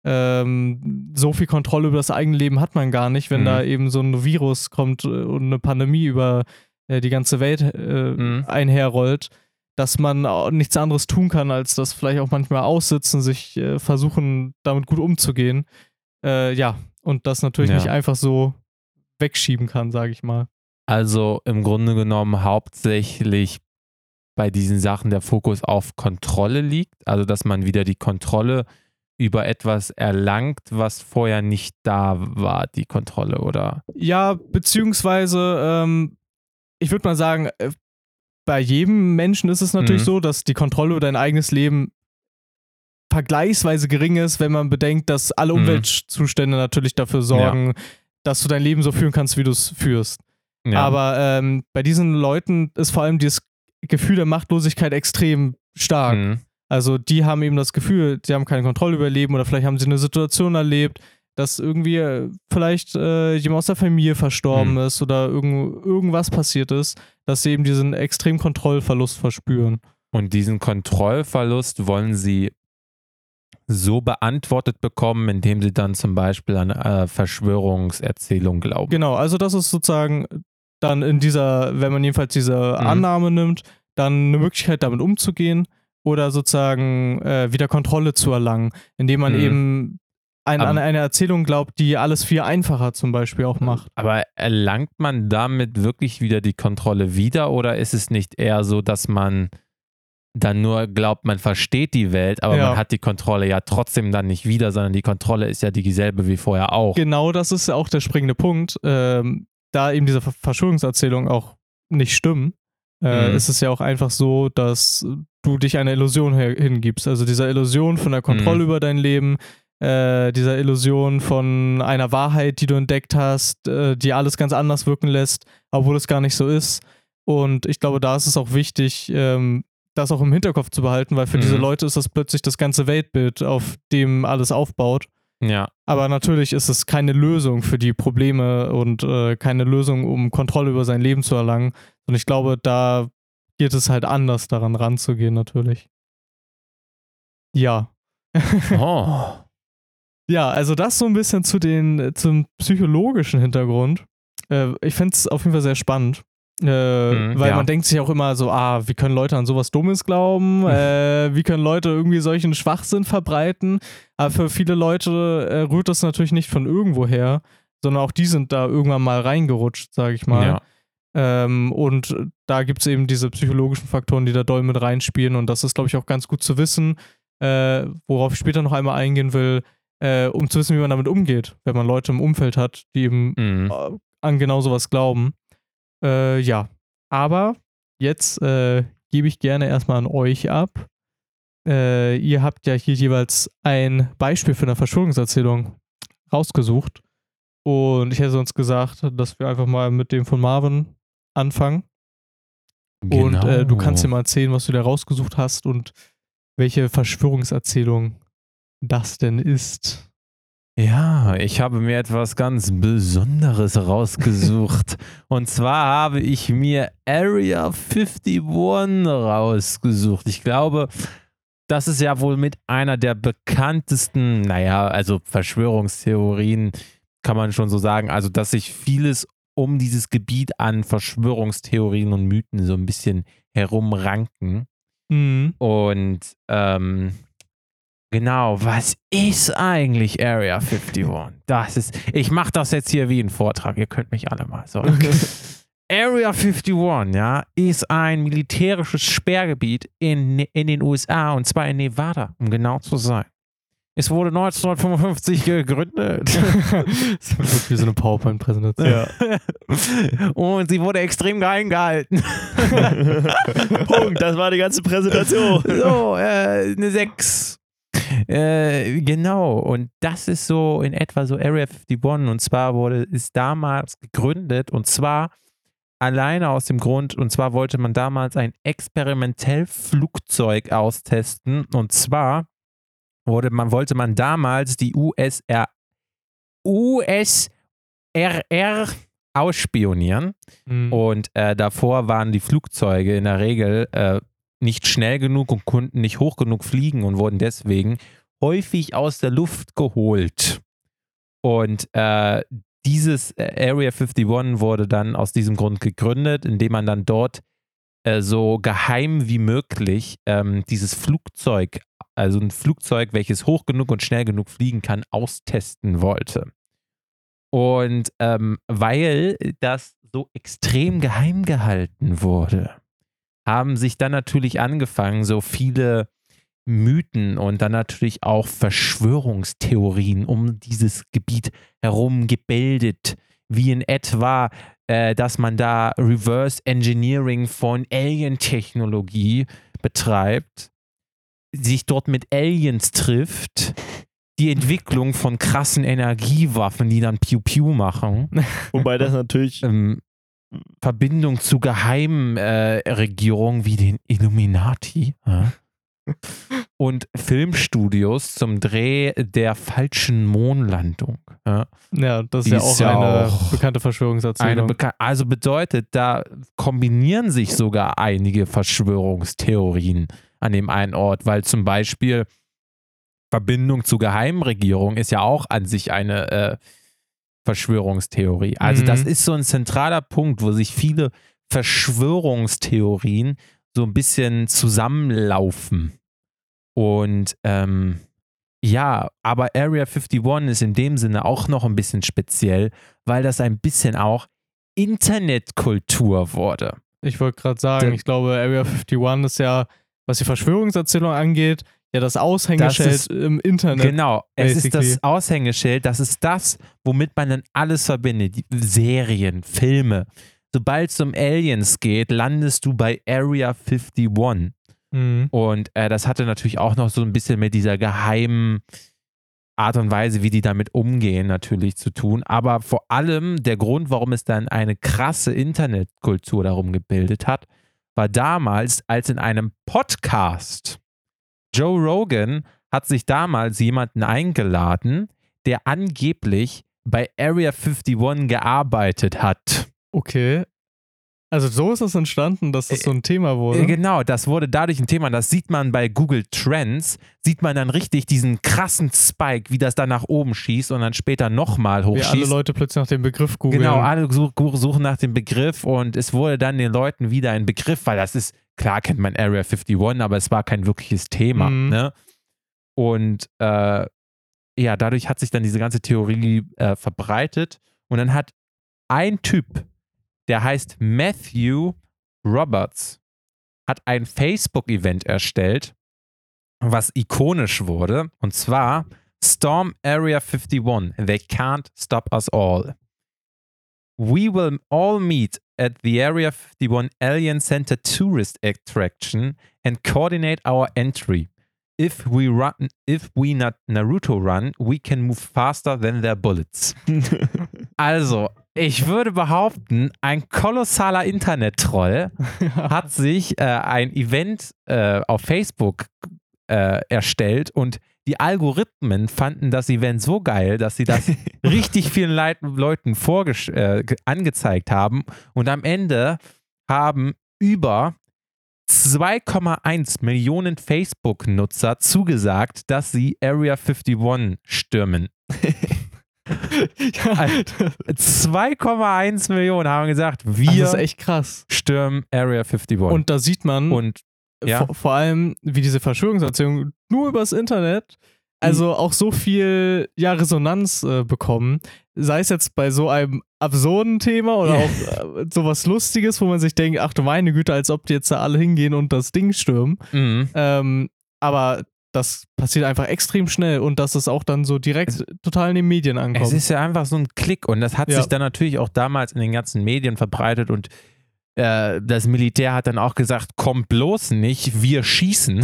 so viel Kontrolle über das eigene Leben hat man gar nicht, wenn da eben so ein Virus kommt und eine Pandemie über die ganze Welt einherrollt, dass man auch nichts anderes tun kann, als das vielleicht auch manchmal aussitzen, sich versuchen, damit gut umzugehen. Und das natürlich nicht einfach so wegschieben kann, sage ich mal. Also im Grunde genommen hauptsächlich bei diesen Sachen der Fokus auf Kontrolle liegt, also dass man wieder die Kontrolle über etwas erlangt, was vorher nicht da war, die Kontrolle, oder? Ja, beziehungsweise, ich würde mal sagen, bei jedem Menschen ist es natürlich so, dass die Kontrolle über dein eigenes Leben vergleichsweise gering ist, wenn man bedenkt, dass alle Umweltzustände natürlich dafür sorgen, dass du dein Leben so führen kannst, wie du es führst. Ja. Aber bei diesen Leuten ist vor allem dieses Gefühl der Machtlosigkeit extrem stark. Also die haben eben das Gefühl, sie haben keine Kontrolle über ihr Leben oder vielleicht haben sie eine Situation erlebt, dass irgendwie vielleicht jemand aus der Familie verstorben ist oder irgendwas passiert ist, dass sie eben diesen extremen Kontrollverlust verspüren. Und diesen Kontrollverlust wollen sie so beantwortet bekommen, indem sie dann zum Beispiel an Verschwörungserzählungen glauben. Genau, also das ist sozusagen dann wenn man jedenfalls diese Annahme nimmt, dann eine Möglichkeit, damit umzugehen oder sozusagen wieder Kontrolle zu erlangen, indem man eben an eine Erzählung glaubt, die alles viel einfacher zum Beispiel auch macht. Aber erlangt man damit wirklich wieder die Kontrolle wieder oder ist es nicht eher so, dass man dann nur glaubt, man versteht die Welt, aber man hat die Kontrolle ja trotzdem dann nicht wieder, sondern die Kontrolle ist ja dieselbe wie vorher auch. Genau, das ist ja auch der springende Punkt. Da eben diese Verschwörungserzählungen auch nicht stimmen, ist es ja auch einfach so, dass du dich einer Illusion hingibst. Also dieser Illusion von der Kontrolle über dein Leben, dieser Illusion von einer Wahrheit, die du entdeckt hast, die alles ganz anders wirken lässt, obwohl es gar nicht so ist. Und ich glaube, da ist es auch wichtig, das auch im Hinterkopf zu behalten, weil für diese Leute ist das plötzlich das ganze Weltbild, auf dem alles aufbaut. Ja. Aber natürlich ist es keine Lösung für die Probleme und keine Lösung, um Kontrolle über sein Leben zu erlangen. Und ich glaube, da geht es halt anders, daran ranzugehen, natürlich. Ja. Oh. Ja, also das so ein bisschen zum psychologischen Hintergrund. Ich fände es auf jeden Fall sehr spannend. Weil man denkt sich auch immer so, wie können Leute an sowas Dummes glauben? Wie können Leute irgendwie solchen Schwachsinn verbreiten? Aber für viele Leute rührt das natürlich nicht von irgendwoher, sondern auch die sind da irgendwann mal reingerutscht, sage ich mal. Ja. Und da gibt es eben diese psychologischen Faktoren, die da doll mit reinspielen. Und das ist, glaube ich, auch ganz gut zu wissen, worauf ich später noch einmal eingehen will, um zu wissen, wie man damit umgeht, wenn man Leute im Umfeld hat, die eben an genau sowas glauben. Ja, aber jetzt gebe ich gerne erstmal an euch ab. Ihr habt ja hier jeweils ein Beispiel für eine Verschwörungserzählung rausgesucht. Und ich hätte sonst gesagt, dass wir einfach mal mit dem von Marvin anfangen. Genau. Und du kannst dir mal erzählen, was du da rausgesucht hast und welche Verschwörungserzählung das denn ist. Ja, ich habe mir etwas ganz Besonderes rausgesucht. Und zwar habe ich mir Area 51 rausgesucht. Ich glaube, das ist ja wohl mit einer der bekanntesten, also Verschwörungstheorien, kann man schon so sagen. Also, dass sich vieles um dieses Gebiet an Verschwörungstheorien und Mythen so ein bisschen herumranken. Und genau, was ist eigentlich Area 51? Ich mache das jetzt hier wie ein Vortrag, ihr könnt mich alle mal so. Area 51, ja, ist ein militärisches Sperrgebiet in den USA und zwar in Nevada, um genau zu sein. Es wurde 1955 gegründet. Das ist wie so eine PowerPoint-Präsentation. Ja. Und sie wurde extrem geheim gehalten. Punkt, das war die ganze Präsentation. So, eine 6. Genau, und das ist so in etwa so Area 51 und zwar ist damals gegründet und zwar alleine aus dem Grund, und zwar wollte man damals ein Experimentellflugzeug austesten und zwar wollte man damals die USRR ausspionieren und davor waren die Flugzeuge in der Regel nicht schnell genug und konnten nicht hoch genug fliegen und wurden deswegen häufig aus der Luft geholt. Und dieses Area 51 wurde dann aus diesem Grund gegründet, indem man dann dort so geheim wie möglich dieses Flugzeug, also ein Flugzeug, welches hoch genug und schnell genug fliegen kann, austesten wollte. Und weil das so extrem geheim gehalten wurde, haben sich dann natürlich angefangen, so viele Mythen und dann natürlich auch Verschwörungstheorien um dieses Gebiet herum gebildet, wie in etwa, dass man da Reverse Engineering von Alien-Technologie betreibt, sich dort mit Aliens trifft, die Entwicklung von krassen Energiewaffen, die dann Piu-Piu machen. Wobei das natürlich Verbindung zu geheimen Regierungen wie den Illuminati und Filmstudios zum Dreh der falschen Mondlandung. Ja, das ist ja auch eine bekannte Verschwörungserzählung. Also bedeutet, da kombinieren sich sogar einige Verschwörungstheorien an dem einen Ort, weil zum Beispiel Verbindung zu Geheimregierung ist ja auch an sich eine Verschwörungstheorie. Also das ist so ein zentraler Punkt, wo sich viele Verschwörungstheorien so ein bisschen zusammenlaufen. Und ja, aber Area 51 ist in dem Sinne auch noch ein bisschen speziell, weil das ein bisschen auch Internetkultur wurde. Ich wollte gerade sagen, ich glaube, Area 51 ist ja, was die Verschwörungserzählung angeht, ja das Aushängeschild im Internet. Genau, es ist basically. das Aushängeschild, das ist das, womit man dann alles verbindet. Die Serien, Filme. Sobald es um Aliens geht, landest du bei Area 51. Und das hatte natürlich auch noch so ein bisschen mit dieser geheimen Art und Weise, wie die damit umgehen, natürlich zu tun. Aber vor allem der Grund, warum es dann eine krasse Internetkultur darum gebildet hat, war damals, als in einem Podcast Joe Rogan hat sich damals jemanden eingeladen, der angeblich bei Area 51 gearbeitet hat. Okay. Also so ist es entstanden, dass das so ein Thema wurde. Genau, das wurde dadurch ein Thema. Das sieht man bei Google Trends, sieht man dann richtig diesen krassen Spike, wie das dann nach oben schießt und dann später nochmal hochschießt. Wie alle Leute plötzlich nach dem Begriff googeln. Genau, alle suchen nach dem Begriff und es wurde dann den Leuten wieder ein Begriff, weil das ist, klar kennt man Area 51, aber es war kein wirkliches Thema. Ne? Und ja, dadurch hat sich dann diese ganze Theorie verbreitet und dann hat ein Typ, der heißt Matthew Roberts, hat ein Facebook-Event erstellt, was ikonisch wurde, und zwar Storm Area 51, they can't stop us all. We will all meet at the Area 51 Alien Center tourist attraction and coordinate our entry. If we not Naruto run, we can move faster than their bullets. Also, ich würde behaupten, ein kolossaler Internet-Troll hat sich ein Event auf Facebook erstellt und die Algorithmen fanden das Event so geil, dass sie das richtig vielen Leuten angezeigt haben und am Ende haben über 2,1 Millionen Facebook-Nutzer zugesagt, dass sie Area 51 stürmen. 2,1 Millionen haben gesagt, wir das ist echt krass. stürmen Area 51. Und da sieht man vor allem, wie diese Verschwörungserzählungen nur übers Internet also auch so viel Resonanz bekommen. Sei es jetzt bei so einem absurden Thema oder auch sowas Lustiges, wo man sich denkt, ach du meine Güte, als ob die jetzt da alle hingehen und das Ding stürmen. Aber das passiert einfach extrem schnell und dass es auch dann so direkt total in den Medien ankommt. Es ist ja einfach so ein Klick und das hat sich dann natürlich auch damals in den ganzen Medien verbreitet und das Militär hat dann auch gesagt, kommt bloß nicht, wir schießen.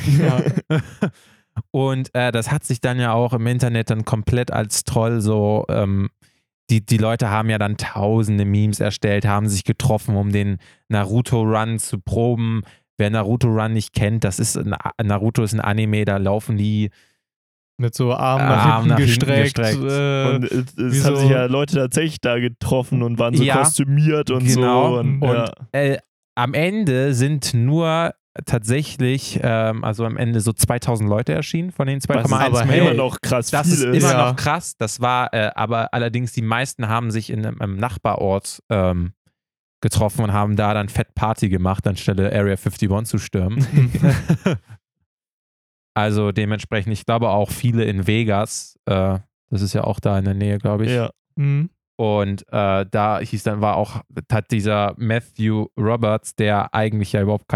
Und das hat sich dann ja auch im Internet dann komplett als Troll so, die Leute haben ja dann tausende Memes erstellt, haben sich getroffen, um den Naruto-Run zu proben. Wer Naruto-Run nicht kennt, Naruto ist ein Anime, da laufen die mit so Armen nach hinten gestreckt. Und es haben sich ja Leute tatsächlich da getroffen und waren so kostümiert und so. Und am Ende sind nur tatsächlich, also am Ende so 2000 Leute erschienen von den 2,1 Millionen. Immer noch krass das viele. Ist immer noch krass. Das war, aber allerdings die meisten haben sich in einem Nachbarort getroffen und haben da dann Fett Party gemacht, anstelle Area 51 zu stürmen. Also dementsprechend, ich glaube auch viele in Vegas, das ist ja auch da in der Nähe, glaube ich. Ja. Und da hat dieser Matthew Roberts, der eigentlich ja überhaupt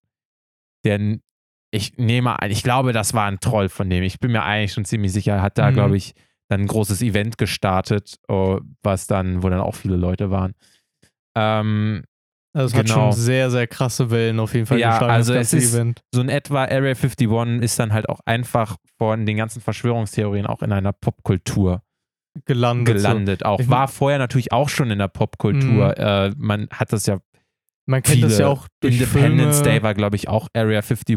ich glaube, das war ein Troll von dem. Ich bin mir eigentlich schon ziemlich sicher, hat da, glaube ich, dann ein großes Event gestartet, wo dann auch viele Leute waren. Also es hat schon sehr, sehr krasse Wellen auf jeden Fall geschlagen, also das ganze Event. So in etwa Area 51 ist dann halt auch einfach von den ganzen Verschwörungstheorien auch in einer Popkultur gelandet. Auch war vorher natürlich auch schon in der Popkultur. Man hat das ja Man kennt das ja auch durch Independence Filme. Day war, glaube ich, auch Area 51.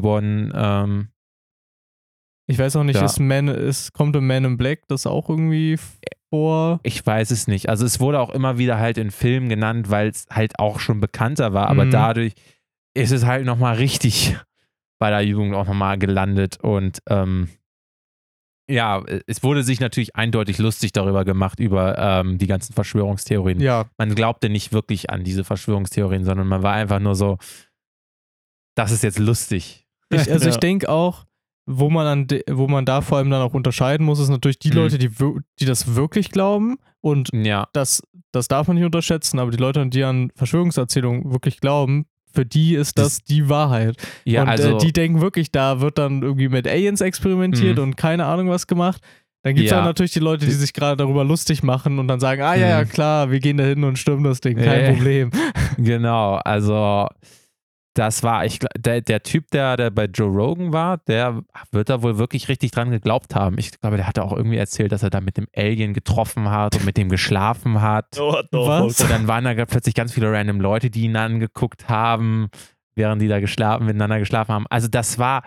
Ich weiß auch nicht, kommt in Man in Black das auch irgendwie vor? Ich weiß es nicht. Also es wurde auch immer wieder halt in Filmen genannt, weil es halt auch schon bekannter war, aber dadurch ist es halt nochmal richtig bei der Jugend auch nochmal gelandet und ja, es wurde sich natürlich eindeutig lustig darüber gemacht, über die ganzen Verschwörungstheorien. Ja. Man glaubte nicht wirklich an diese Verschwörungstheorien, sondern man war einfach nur so, das ist jetzt lustig. Ich denke auch, wo man da vor allem dann auch unterscheiden muss, ist natürlich die Leute, die das wirklich glauben und Ja, das darf man nicht unterschätzen, aber die Leute, die an Verschwörungserzählungen wirklich glauben, für die ist das die Wahrheit. ja, Und also die denken wirklich, da wird dann irgendwie mit Aliens experimentiert und keine Ahnung was gemacht. Dann gibt es Ja. auch natürlich die Leute, die sich gerade darüber lustig machen und dann sagen, ja, klar, wir gehen da hin und stürmen das Ding, kein Problem. genau, also das war, der Typ, der bei Joe Rogan war, der wird da wohl wirklich richtig dran geglaubt haben. Ich glaube, der hatte auch irgendwie erzählt, dass er da mit dem Alien getroffen hat und mit dem geschlafen hat. What the Was? fuck? Und dann waren da plötzlich ganz viele random Leute, die ihn angeguckt haben, während die da miteinander geschlafen haben. Also das war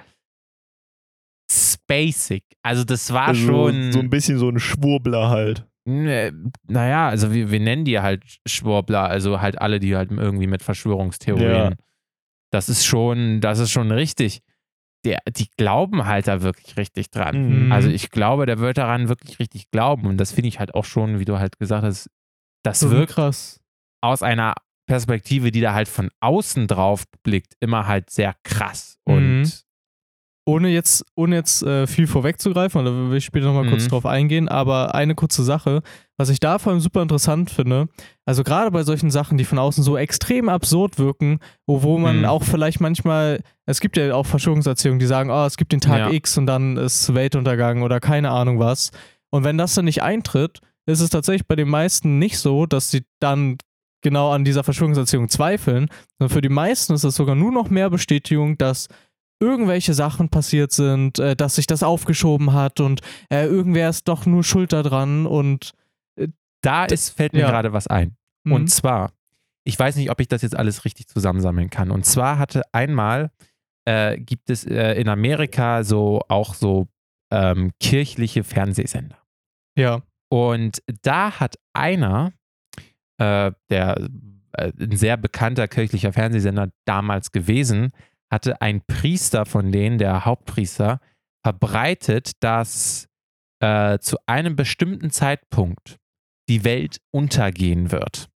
spacig. Also das war Also schon... so ein bisschen so ein Schwurbler halt. Naja, also wir nennen die halt Schwurbler, also halt alle, die halt irgendwie mit Verschwörungstheorien. Ja. Das ist schon richtig. Die glauben halt da wirklich richtig dran. Mhm. Also ich glaube, der wird daran wirklich richtig glauben. Und das finde ich halt auch schon, wie du halt gesagt hast, das So wirkt krass. aus einer Perspektive, die da halt von außen drauf blickt, immer halt sehr krass. Und Ohne jetzt viel vorwegzugreifen, da will ich später nochmal kurz drauf eingehen, aber eine kurze Sache, was ich da vor allem super interessant finde, also gerade bei solchen Sachen, die von außen so extrem absurd wirken, wo man auch vielleicht manchmal, es gibt ja auch Verschwörungserzählungen, die sagen, es gibt den Tag X und dann ist Weltuntergang oder keine Ahnung was. Und wenn das dann nicht eintritt, ist es tatsächlich bei den meisten nicht so, dass sie dann genau an dieser Verschwörungserzählung zweifeln, sondern für die meisten ist es sogar nur noch mehr Bestätigung, dass irgendwelche Sachen passiert sind, dass sich das aufgeschoben hat und irgendwer ist doch nur schuld daran und fällt mir gerade was ein. Und zwar, ich weiß nicht, ob ich das jetzt alles richtig zusammensammeln kann. Und zwar gibt es in Amerika so kirchliche Fernsehsender. Ja. Und da hat einer, ein sehr bekannter kirchlicher Fernsehsender damals gewesen, hatte ein Priester von denen, der Hauptpriester, verbreitet, dass zu einem bestimmten Zeitpunkt die Welt untergehen wird.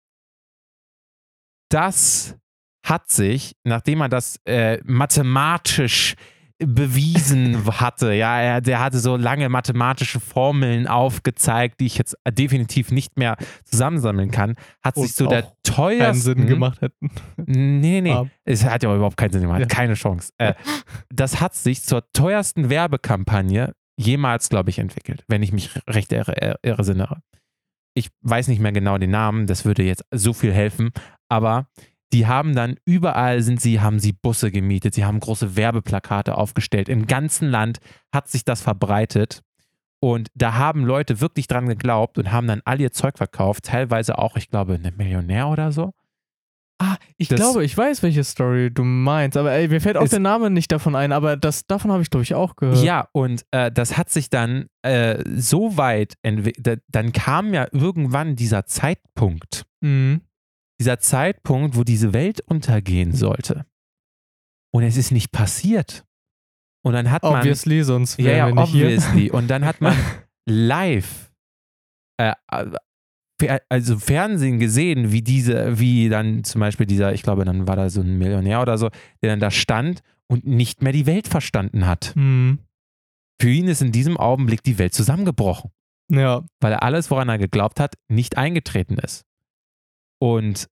Das hat sich, nachdem er das mathematisch bewiesen hatte, der hatte so lange mathematische Formeln aufgezeigt, die ich jetzt definitiv nicht mehr zusammensammeln kann, hat sich so der teuerste... keinen Sinn gemacht hätten. Nee. Es hat ja überhaupt keinen Sinn gemacht. Ja. Keine Chance. Das hat sich zur teuersten Werbekampagne jemals, glaube ich, entwickelt, wenn ich mich recht erinnere. Ich weiß nicht mehr genau den Namen, das würde jetzt so viel helfen, aber die haben dann überall haben sie Busse gemietet, sie haben große Werbeplakate aufgestellt. Im ganzen Land hat sich das verbreitet und da haben Leute wirklich dran geglaubt und haben dann all ihr Zeug verkauft, teilweise auch, ich glaube, ein Millionär oder so. Ich glaube, ich weiß, welche Story du meinst, aber mir fällt auch der Name nicht davon ein, aber davon habe ich, glaube ich, auch gehört. Ja, und das hat sich dann so weit entwickelt, dann kam ja irgendwann dieser Zeitpunkt, wo diese Welt untergehen sollte. Und es ist nicht passiert. Und dann hat man... Obviously, sonst wären wir nicht obviously. hier. Und dann hat man live Fernsehen gesehen, wie dann zum Beispiel ich glaube, dann war da so ein Millionär oder so, der dann da stand und nicht mehr die Welt verstanden hat. Für ihn ist in diesem Augenblick die Welt zusammengebrochen. Ja. Weil alles, woran er geglaubt hat, nicht eingetreten ist. Und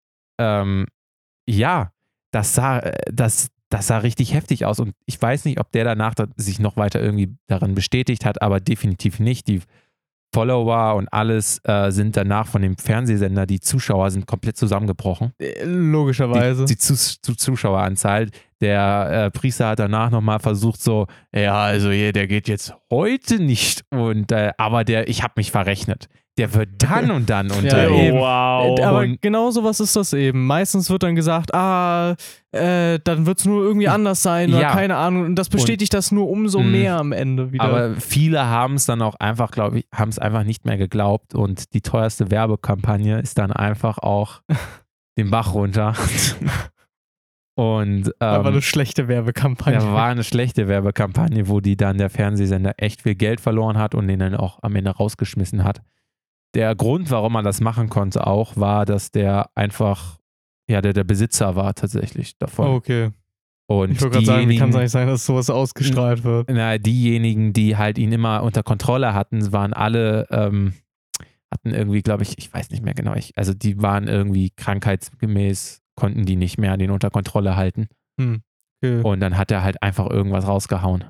das sah richtig heftig aus. Und ich weiß nicht, ob der danach sich noch weiter irgendwie darin bestätigt hat, aber definitiv nicht. Die Follower und alles sind danach von dem Fernsehsender, die Zuschauer sind komplett zusammengebrochen. Logischerweise. Die Zuschaueranzahl. Der Priester hat danach nochmal versucht der geht jetzt heute nicht. Aber ich habe mich verrechnet. Der wird dann und dann untergehen. Wow. Aber genau sowas ist das eben. Meistens wird dann gesagt, dann wird es nur irgendwie anders sein oder keine Ahnung. Und das bestätigt das nur umso mehr am Ende wieder. Aber viele haben es dann auch einfach, glaube ich, haben es einfach nicht mehr geglaubt und die teuerste Werbekampagne ist dann einfach auch den Bach runter. Und Aber eine schlechte Werbekampagne. ja, war eine schlechte Werbekampagne, wo der Fernsehsender echt viel Geld verloren hat und den dann auch am Ende rausgeschmissen hat. Der Grund, warum man das machen konnte auch, war, dass der einfach, ja, der Besitzer war tatsächlich davon. Okay. Und Ich wollte gerade sagen, wie kann es eigentlich sein, dass sowas ausgestrahlt wird? diejenigen, die halt ihn immer unter Kontrolle hatten, waren alle, hatten irgendwie, glaube ich weiß nicht mehr genau, also die waren irgendwie krankheitsgemäß, konnten die nicht mehr den unter Kontrolle halten. Okay. Und dann hat er halt einfach irgendwas rausgehauen.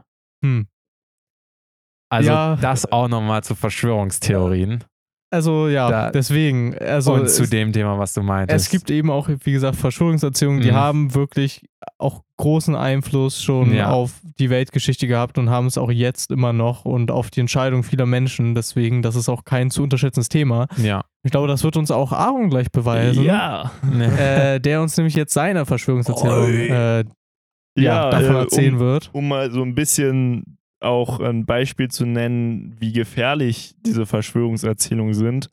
Also Ja. das auch nochmal zu Verschwörungstheorien. Also ja, deswegen. Also und zu dem Thema, was du meintest. Es gibt eben auch, wie gesagt, Verschwörungserzählungen, die haben wirklich auch großen Einfluss schon auf die Weltgeschichte gehabt und haben es auch jetzt immer noch und auf die Entscheidung vieler Menschen. Deswegen, das ist auch kein zu unterschätzendes Thema. Ja. Ich glaube, das wird uns auch Aaron gleich beweisen. Ja. Der uns nämlich jetzt seine Verschwörungserzählung davon erzählen wird. Um mal so ein bisschen auch ein Beispiel zu nennen, wie gefährlich diese Verschwörungserzählungen sind,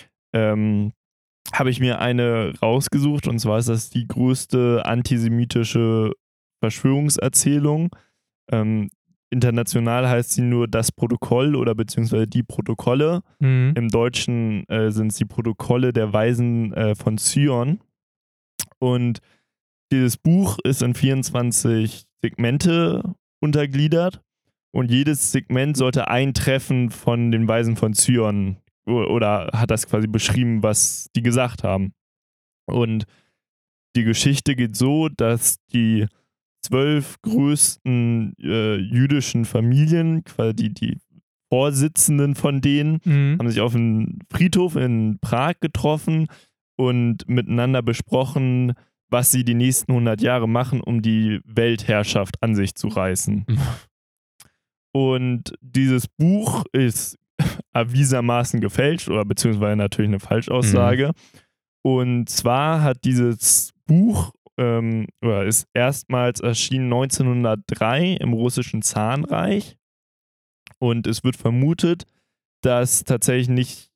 habe ich mir eine rausgesucht, und zwar ist das die größte antisemitische Verschwörungserzählung. International heißt sie nur das Protokoll oder beziehungsweise die Protokolle. Im Deutschen sind es die Protokolle der Weisen von Zion. Und dieses Buch ist in 24 Segmente untergliedert. Und jedes Segment sollte ein Treffen von den Weisen von Zion oder hat das quasi beschrieben, was die gesagt haben. Und die Geschichte geht so, dass die 12 größten jüdischen Familien, quasi die Vorsitzenden von denen, haben sich auf einem Friedhof in Prag getroffen und miteinander besprochen, was sie die nächsten 100 Jahre machen, um die Weltherrschaft an sich zu reißen. Und dieses Buch ist erwiesenermaßen gefälscht oder beziehungsweise natürlich eine Falschaussage. Und zwar hat dieses Buch oder ist erstmals erschienen 1903 im russischen Zarenreich. Und es wird vermutet, dass tatsächlich nicht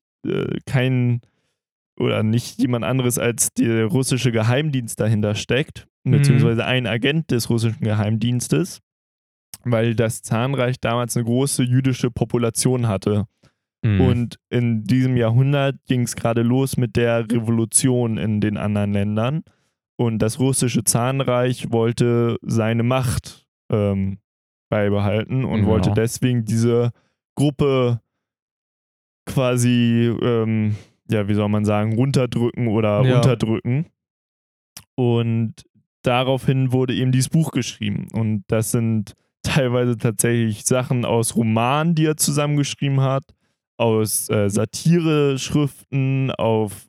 jemand anderes als der russische Geheimdienst dahinter steckt, beziehungsweise ein Agent des russischen Geheimdienstes, weil das Zarenreich damals eine große jüdische Population hatte. Und in diesem Jahrhundert ging es gerade los mit der Revolution in den anderen Ländern. Und das russische Zarenreich wollte seine Macht beibehalten und wollte deswegen diese Gruppe quasi, wie soll man sagen, runterdrücken oder unterdrücken. Und daraufhin wurde eben dieses Buch geschrieben. Und das sind teilweise tatsächlich Sachen aus Romanen, die er zusammengeschrieben hat, aus Satire-Schriften, auf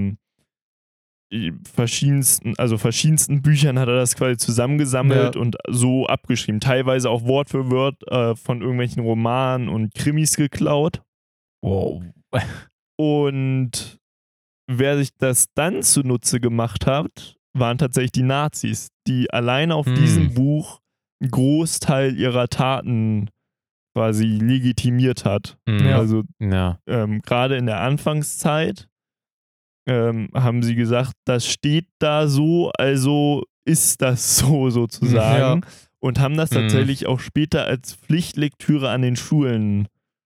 verschiedensten Büchern hat er das quasi zusammengesammelt und so abgeschrieben. Teilweise auch Wort für Wort von irgendwelchen Romanen und Krimis geklaut. Wow. Und wer sich das dann zunutze gemacht hat, waren tatsächlich die Nazis, die allein auf diesem Buch einen Großteil ihrer Taten quasi legitimiert hat. Also gerade in der Anfangszeit haben sie gesagt, das steht da so, also ist das so sozusagen. Und haben das tatsächlich auch später als Pflichtlektüre an den Schulen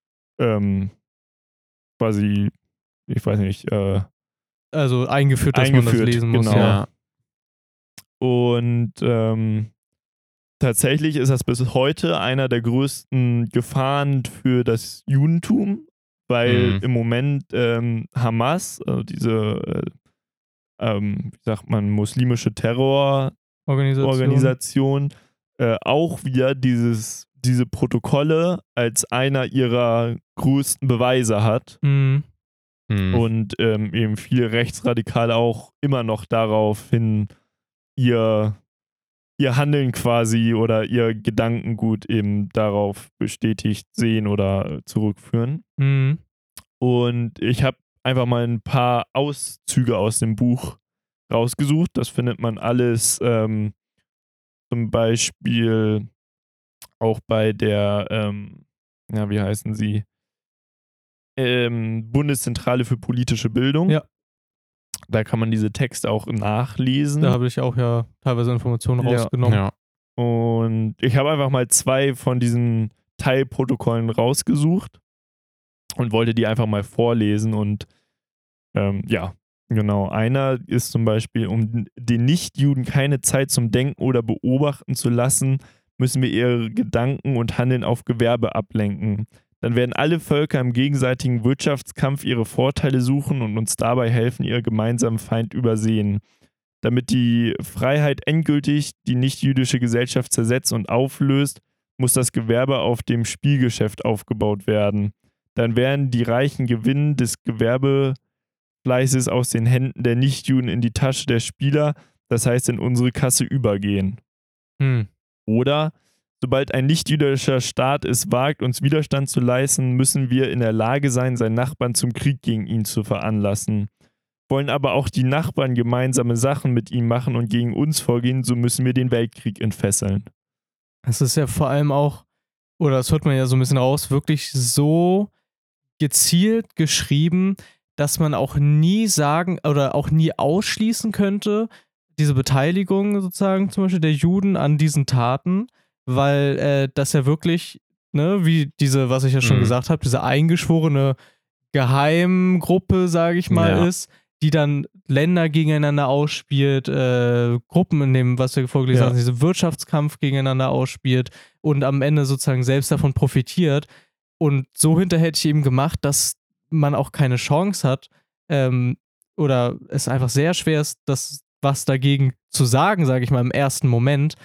quasi, ich weiß nicht, also eingeführt, dass man das lesen muss. Genau. Ja. Und tatsächlich ist das bis heute einer der größten Gefahren für das Judentum, weil im Moment Hamas, also diese, wie sagt man, muslimische Terrororganisation, auch wieder diese Protokolle als einer ihrer größten Beweise hat. Und eben viele Rechtsradikale auch immer noch daraufhin ihr Handeln quasi oder ihr Gedankengut eben darauf bestätigt sehen oder zurückführen. Und ich habe einfach mal ein paar Auszüge aus dem Buch rausgesucht. Das findet man alles zum Beispiel auch bei der, wie heißen sie? Bundeszentrale für politische Bildung. Ja. Da kann man diese Texte auch nachlesen. Da habe ich auch ja teilweise Informationen Ja. rausgenommen. Ja. Und ich habe einfach mal 2 von diesen Teilprotokollen rausgesucht und wollte die einfach mal vorlesen. Und ja, genau. Einer ist zum Beispiel, um den Nichtjuden keine Zeit zum Denken oder Beobachten zu lassen, müssen wir ihre Gedanken und Handeln auf Gewerbe ablenken. Dann werden alle Völker im gegenseitigen Wirtschaftskampf ihre Vorteile suchen und uns dabei helfen, ihren gemeinsamen Feind übersehen. Damit die Freiheit endgültig die nichtjüdische Gesellschaft zersetzt und auflöst, muss das Gewerbe auf dem Spielgeschäft aufgebaut werden. Dann werden die reichen Gewinne des Gewerbefleißes aus den Händen der Nichtjuden in die Tasche der Spieler, das heißt in unsere Kasse übergehen. Oder, sobald ein nichtjüdischer Staat es wagt, uns Widerstand zu leisten, müssen wir in der Lage sein, seinen Nachbarn zum Krieg gegen ihn zu veranlassen. Wollen aber auch die Nachbarn gemeinsame Sachen mit ihm machen und gegen uns vorgehen, so müssen wir den Weltkrieg entfesseln. Das ist ja vor allem auch, oder das hört man ja so ein bisschen raus, wirklich so gezielt geschrieben, dass man auch nie sagen oder auch nie ausschließen könnte, diese Beteiligung sozusagen zum Beispiel der Juden an diesen Taten, weil das ja wirklich, ne, wie diese, was ich ja schon gesagt habe, diese eingeschworene Geheimgruppe, sage ich mal, ist, die dann Länder gegeneinander ausspielt, Gruppen in dem, was wir vorgelesen haben, diesen Wirtschaftskampf gegeneinander ausspielt und am Ende sozusagen selbst davon profitiert. Und so hinterhältig eben gemacht, dass man auch keine Chance hat oder es einfach sehr schwer ist, das was dagegen zu sagen, sage ich mal, im ersten Moment,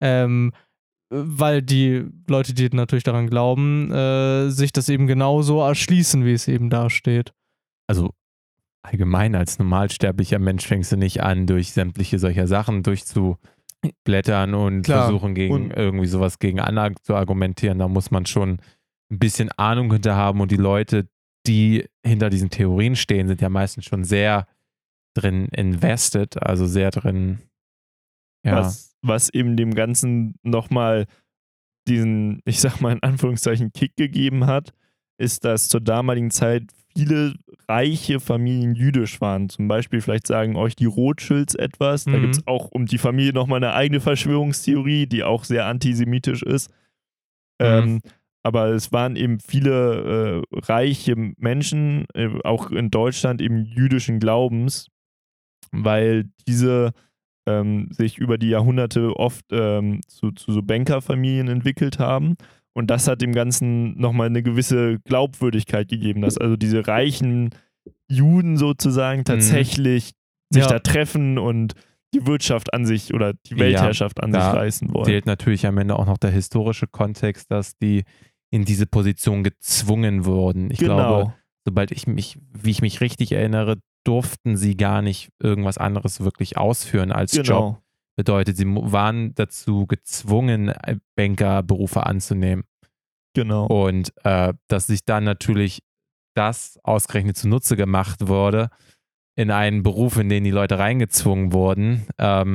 weil die Leute, die natürlich daran glauben, sich das eben genauso erschließen, wie es eben da steht. Also allgemein als normalsterblicher Mensch fängst du nicht an, durch sämtliche solcher Sachen durchzublättern und versuchen, gegen irgendwie sowas gegen zu argumentieren. Da muss man schon ein bisschen Ahnung hinter haben und die Leute, die hinter diesen Theorien stehen, sind ja meistens schon sehr drin invested, also sehr drin, ja. Was eben dem Ganzen nochmal diesen, ich sag mal in Anführungszeichen, Kick gegeben hat, ist, dass zur damaligen Zeit viele reiche Familien jüdisch waren. Zum Beispiel, vielleicht sagen euch die Rothschilds etwas. Da gibt es auch um die Familie nochmal eine eigene Verschwörungstheorie, die auch sehr antisemitisch ist. Aber es waren eben viele reiche Menschen, auch in Deutschland eben jüdischen Glaubens, weil diese sich über die Jahrhunderte oft zu so Bankerfamilien entwickelt haben. Und das hat dem Ganzen nochmal eine gewisse Glaubwürdigkeit gegeben, dass also diese reichen Juden sozusagen tatsächlich sich da treffen und die Wirtschaft an sich oder die Weltherrschaft an sich reißen wollen. Zählt natürlich am Ende auch noch der historische Kontext, dass die in diese Position gezwungen wurden. Ich glaube, sobald wie ich mich richtig erinnere, durften sie gar nicht irgendwas anderes wirklich ausführen als Job. Bedeutet, sie waren dazu gezwungen, Bankerberufe anzunehmen. Genau. Und dass sich dann natürlich das ausgerechnet zunutze gemacht wurde, in einen Beruf, in den die Leute reingezwungen wurden,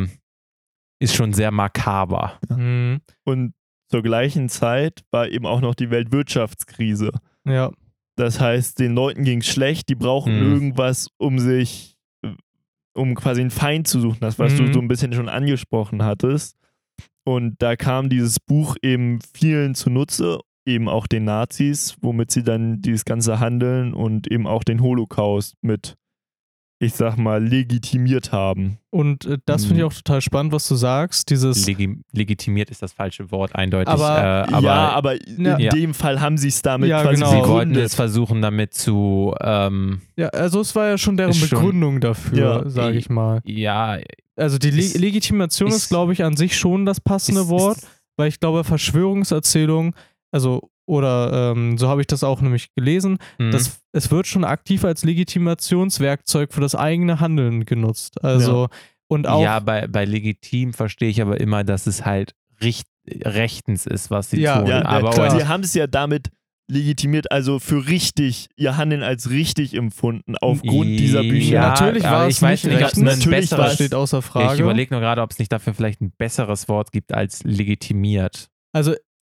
ist schon sehr makaber. Ja. Und zur gleichen Zeit war eben auch noch die Weltwirtschaftskrise. Ja. Das heißt, den Leuten ging es schlecht, die brauchen irgendwas, um quasi einen Feind zu suchen, das, was du so ein bisschen schon angesprochen hattest. Und da kam dieses Buch eben vielen zunutze, eben auch den Nazis, womit sie dann dieses ganze Handeln und eben auch den Holocaust mit, ich sag mal, legitimiert haben. Und das finde ich auch total spannend, was du sagst. Dieses legitimiert ist das falsche Wort, eindeutig. Aber in dem Fall haben sie es damit quasi Sie wollten es versuchen, damit zu ja, also es war ja schon deren Begründung dafür, sage ich mal. Ja. Also die Legitimation ist, glaube ich, an sich schon das passende Wort, weil ich glaube, Verschwörungserzählung, also oder so habe ich das auch nämlich gelesen, dass es wird schon aktiv als Legitimationswerkzeug für das eigene Handeln genutzt. Also und auch. Ja, bei legitim verstehe ich aber immer, dass es halt rechtens ist, was sie tun. Ja, aber sie haben es ja damit legitimiert, also für richtig, ihr Handeln als richtig empfunden, aufgrund dieser Bücher. Ja, natürlich war es nicht rechtens. Natürlich steht außer Frage. Ich überlege nur gerade, ob es nicht dafür vielleicht ein besseres Wort gibt als legitimiert. Also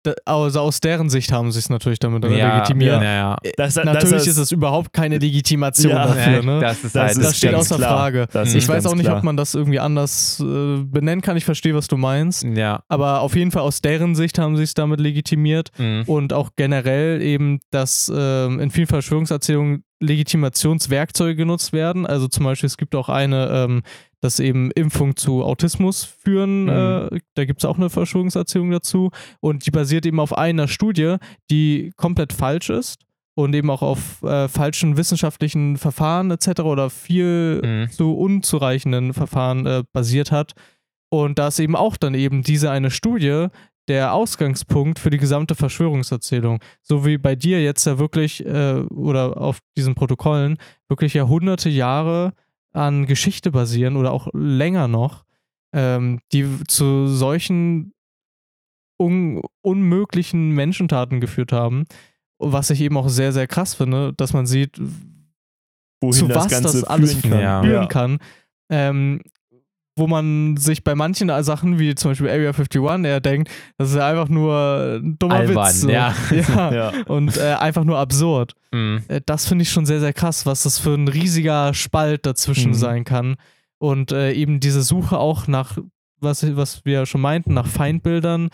also aus deren Sicht haben sie es natürlich damit Ja, legitimiert. ja. Natürlich ist es überhaupt keine Legitimation Ja, dafür, ne? Das ist Das halt ist Das steht ganz außer klar. Frage. Das Ich ist weiß ganz auch nicht, klar. ob man das irgendwie anders benennen kann. Ich verstehe, was du meinst. Ja. Aber auf jeden Fall aus deren Sicht haben sie es damit legitimiert. Mhm. Und auch generell eben, dass in vielen Verschwörungserzählungen Legitimationswerkzeuge genutzt werden. Also zum Beispiel, es gibt auch eine, dass eben Impfung zu Autismus führen. Da gibt es auch eine Verschwörungserzählung dazu. Und die basiert eben auf einer Studie, die komplett falsch ist und eben auch auf falschen wissenschaftlichen Verfahren etc. oder viel zu unzureichenden Verfahren basiert hat. Und da ist eben auch dann eben diese eine Studie der Ausgangspunkt für die gesamte Verschwörungserzählung. So wie bei dir jetzt ja wirklich, oder auf diesen Protokollen, wirklich Jahrhunderte Jahre an Geschichte basieren oder auch länger noch, die zu solchen unmöglichen Menschentaten geführt haben. Was ich eben auch sehr, sehr krass finde, dass man sieht, Wohin zu das was Ganze das alles führen kann. Ja. führen kann. Wo man sich bei manchen Sachen, wie zum Beispiel Area 51, eher denkt, das ist einfach nur ein dummer Albern, Witz. So. ja. Ja. Und einfach nur absurd. Mhm. Das finde ich schon sehr, sehr krass, was das für ein riesiger Spalt dazwischen sein kann. Und eben diese Suche auch nach, was wir ja schon meinten, nach Feindbildern,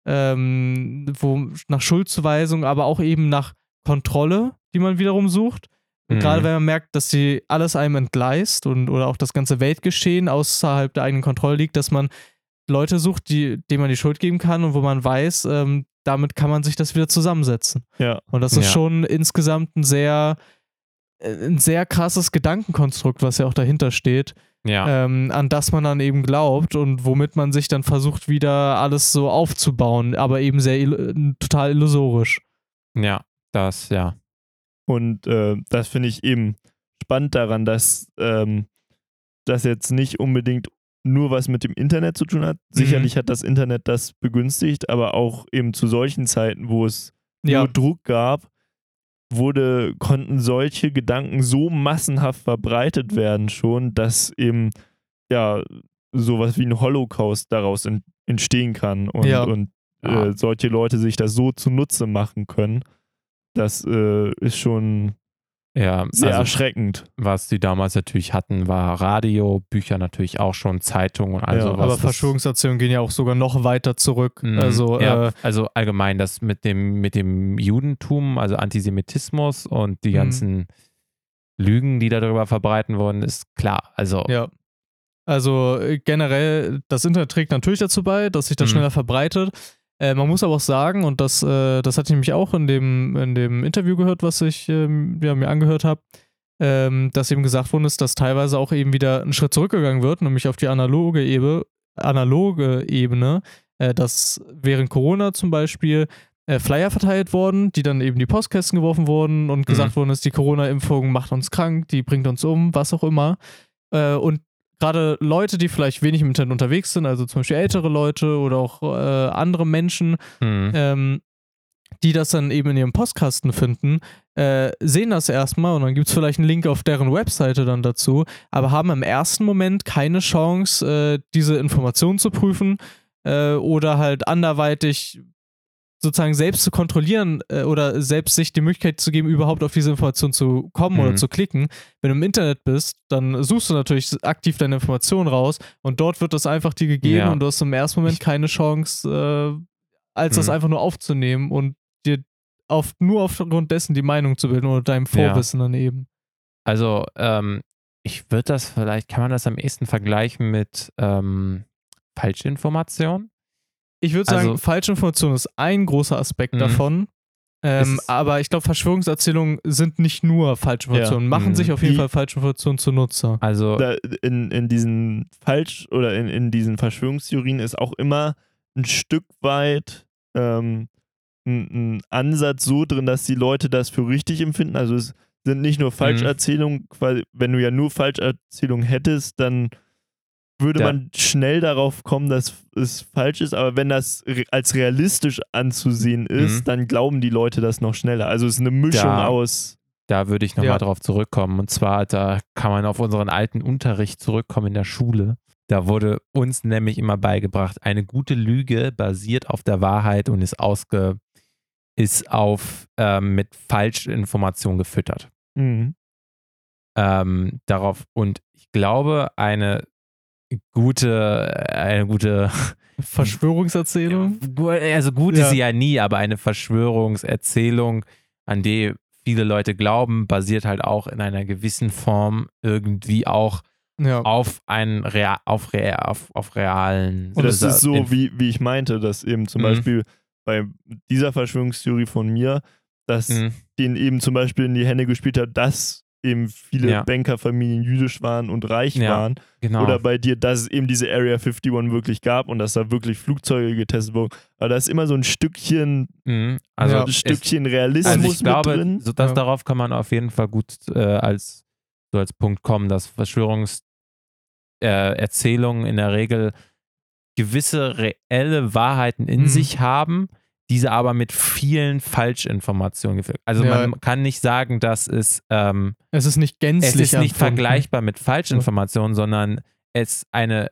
nach Schuldzuweisung, aber auch eben nach Kontrolle, die man wiederum sucht. Und gerade wenn man merkt, dass sie alles einem entgleist oder auch das ganze Weltgeschehen außerhalb der eigenen Kontrolle liegt, dass man Leute sucht, denen man die Schuld geben kann und wo man weiß, damit kann man sich das wieder zusammensetzen. Ja. Und das ist Ja. schon insgesamt ein sehr krasses Gedankenkonstrukt, was ja auch dahinter steht, Ja. an das man dann eben glaubt und womit man sich dann versucht, wieder alles so aufzubauen, aber eben total illusorisch. Ja. Das, ja. Und das finde ich eben spannend daran, dass das jetzt nicht unbedingt nur was mit dem Internet zu tun hat. Sicherlich hat das Internet das begünstigt, aber auch eben zu solchen Zeiten, wo es nur Druck gab, konnten solche Gedanken so massenhaft verbreitet werden schon, dass eben ja sowas wie ein Holocaust daraus entstehen kann und solche Leute sich das so zunutze machen können. Das ist schon sehr erschreckend. Was die damals natürlich hatten, war Radio, Bücher natürlich auch schon, Zeitungen und all sowas. Aber Verschwörungserzählungen gehen ja auch sogar noch weiter zurück. Also allgemein das mit dem Judentum, also Antisemitismus und die ganzen Lügen, die darüber verbreiten wurden, ist klar. Also generell, das Internet trägt natürlich dazu bei, dass sich das schneller verbreitet. Man muss aber auch sagen, und das hatte ich nämlich auch in dem Interview gehört, was ich mir angehört habe, dass eben gesagt worden ist, dass teilweise auch eben wieder ein Schritt zurückgegangen wird, nämlich auf die analoge Ebene, dass während Corona zum Beispiel Flyer verteilt wurden, die dann eben die Postkästen geworfen wurden und gesagt worden ist, die Corona-Impfung macht uns krank, die bringt uns um, was auch immer. Und gerade Leute, die vielleicht wenig im Internet unterwegs sind, also zum Beispiel ältere Leute oder auch andere Menschen, die das dann eben in ihrem Postkasten finden, sehen das erstmal und dann gibt es vielleicht einen Link auf deren Webseite dann dazu, aber haben im ersten Moment keine Chance, diese Informationen zu prüfen oder halt anderweitig sozusagen selbst zu kontrollieren oder selbst sich die Möglichkeit zu geben, überhaupt auf diese Information zu kommen oder zu klicken. Wenn du im Internet bist, dann suchst du natürlich aktiv deine Informationen raus und dort wird das einfach dir gegeben und du hast im ersten Moment keine Chance, als das einfach nur aufzunehmen und dir nur aufgrund dessen die Meinung zu bilden oder deinem Vorwissen dann eben. Also, ich würde das vielleicht, kann man das am ehesten vergleichen mit Falschinformation? Ich würde sagen, Falschinformation ist ein großer Aspekt davon. Aber ich glaube, Verschwörungserzählungen sind nicht nur Falschinformationen, machen sich auf jeden Fall Falschinformationen zunutze. Also in diesen in diesen Verschwörungstheorien ist auch immer ein Stück weit ein Ansatz so drin, dass die Leute das für richtig empfinden. Also es sind nicht nur Falscherzählungen, quasi, wenn du ja nur Falscherzählungen hättest, dann würde man schnell darauf kommen, dass es falsch ist, aber wenn das als realistisch anzusehen ist, dann glauben die Leute das noch schneller. Also es ist eine Mischung aus. Da würde ich nochmal drauf zurückkommen. Und zwar, da kann man auf unseren alten Unterricht zurückkommen in der Schule. Da wurde uns nämlich immer beigebracht, eine gute Lüge basiert auf der Wahrheit und ist mit Falschinformationen gefüttert. Darauf, und ich glaube, eine gute Verschwörungserzählung? Also gut ist sie ja nie, aber eine Verschwörungserzählung, an die viele Leute glauben, basiert halt auch in einer gewissen Form irgendwie auch auf realen. Und das ist so, wie ich meinte, dass eben zum Beispiel bei dieser Verschwörungstheorie von mir, dass denen eben zum Beispiel in die Hände gespielt hat, dass eben viele Bankerfamilien jüdisch waren und reich waren. Genau. Oder bei dir, dass es eben diese Area 51 wirklich gab und dass da wirklich Flugzeuge getestet wurden. Aber da ist immer so ein Stückchen, Realismus also ich glaube, mit drin. So darauf kann man auf jeden Fall gut als Punkt kommen, dass Verschwörungserzählungen in der Regel gewisse reelle Wahrheiten in sich haben, diese aber mit vielen Falschinformationen gefüllt. Also man kann nicht sagen, dass es ist nicht gänzlich es ist nicht vergleichbar mit Falschinformationen, sondern es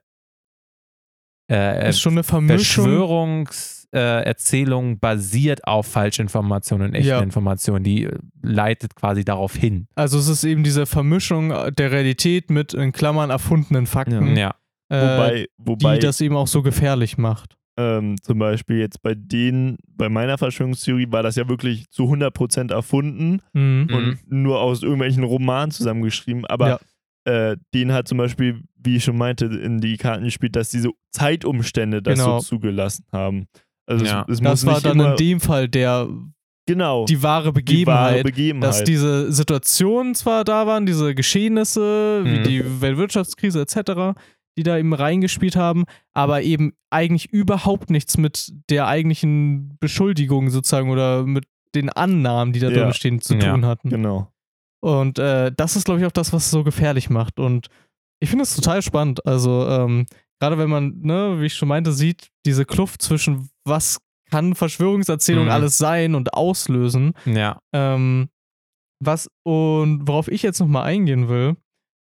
ist schon eine Vermischung. Verschwörungserzählung basiert auf Falschinformationen und echten Informationen, die leitet quasi darauf hin. Also es ist eben diese Vermischung der Realität mit in Klammern erfundenen Fakten, wobei die das eben auch so gefährlich macht. Zum Beispiel jetzt bei meiner Verschwörungstheorie war das ja wirklich zu 100% erfunden und nur aus irgendwelchen Romanen zusammengeschrieben, aber denen hat zum Beispiel, wie ich schon meinte, in die Karten gespielt, dass diese Zeitumstände das so zugelassen haben. Also es muss das war nicht dann immer, in dem Fall die wahre Begebenheit, dass diese Situationen zwar da waren, diese Geschehnisse, wie die Weltwirtschaftskrise etc., die da eben reingespielt haben, aber eben eigentlich überhaupt nichts mit der eigentlichen Beschuldigung sozusagen oder mit den Annahmen, die da drin stehen, zu tun hatten. Genau. Und das ist, glaube ich, auch das, was es so gefährlich macht. Und ich finde es total spannend. Also gerade wenn man, wie ich schon meinte, sieht, diese Kluft zwischen was kann Verschwörungserzählung alles sein und auslösen. Und worauf ich jetzt nochmal eingehen will,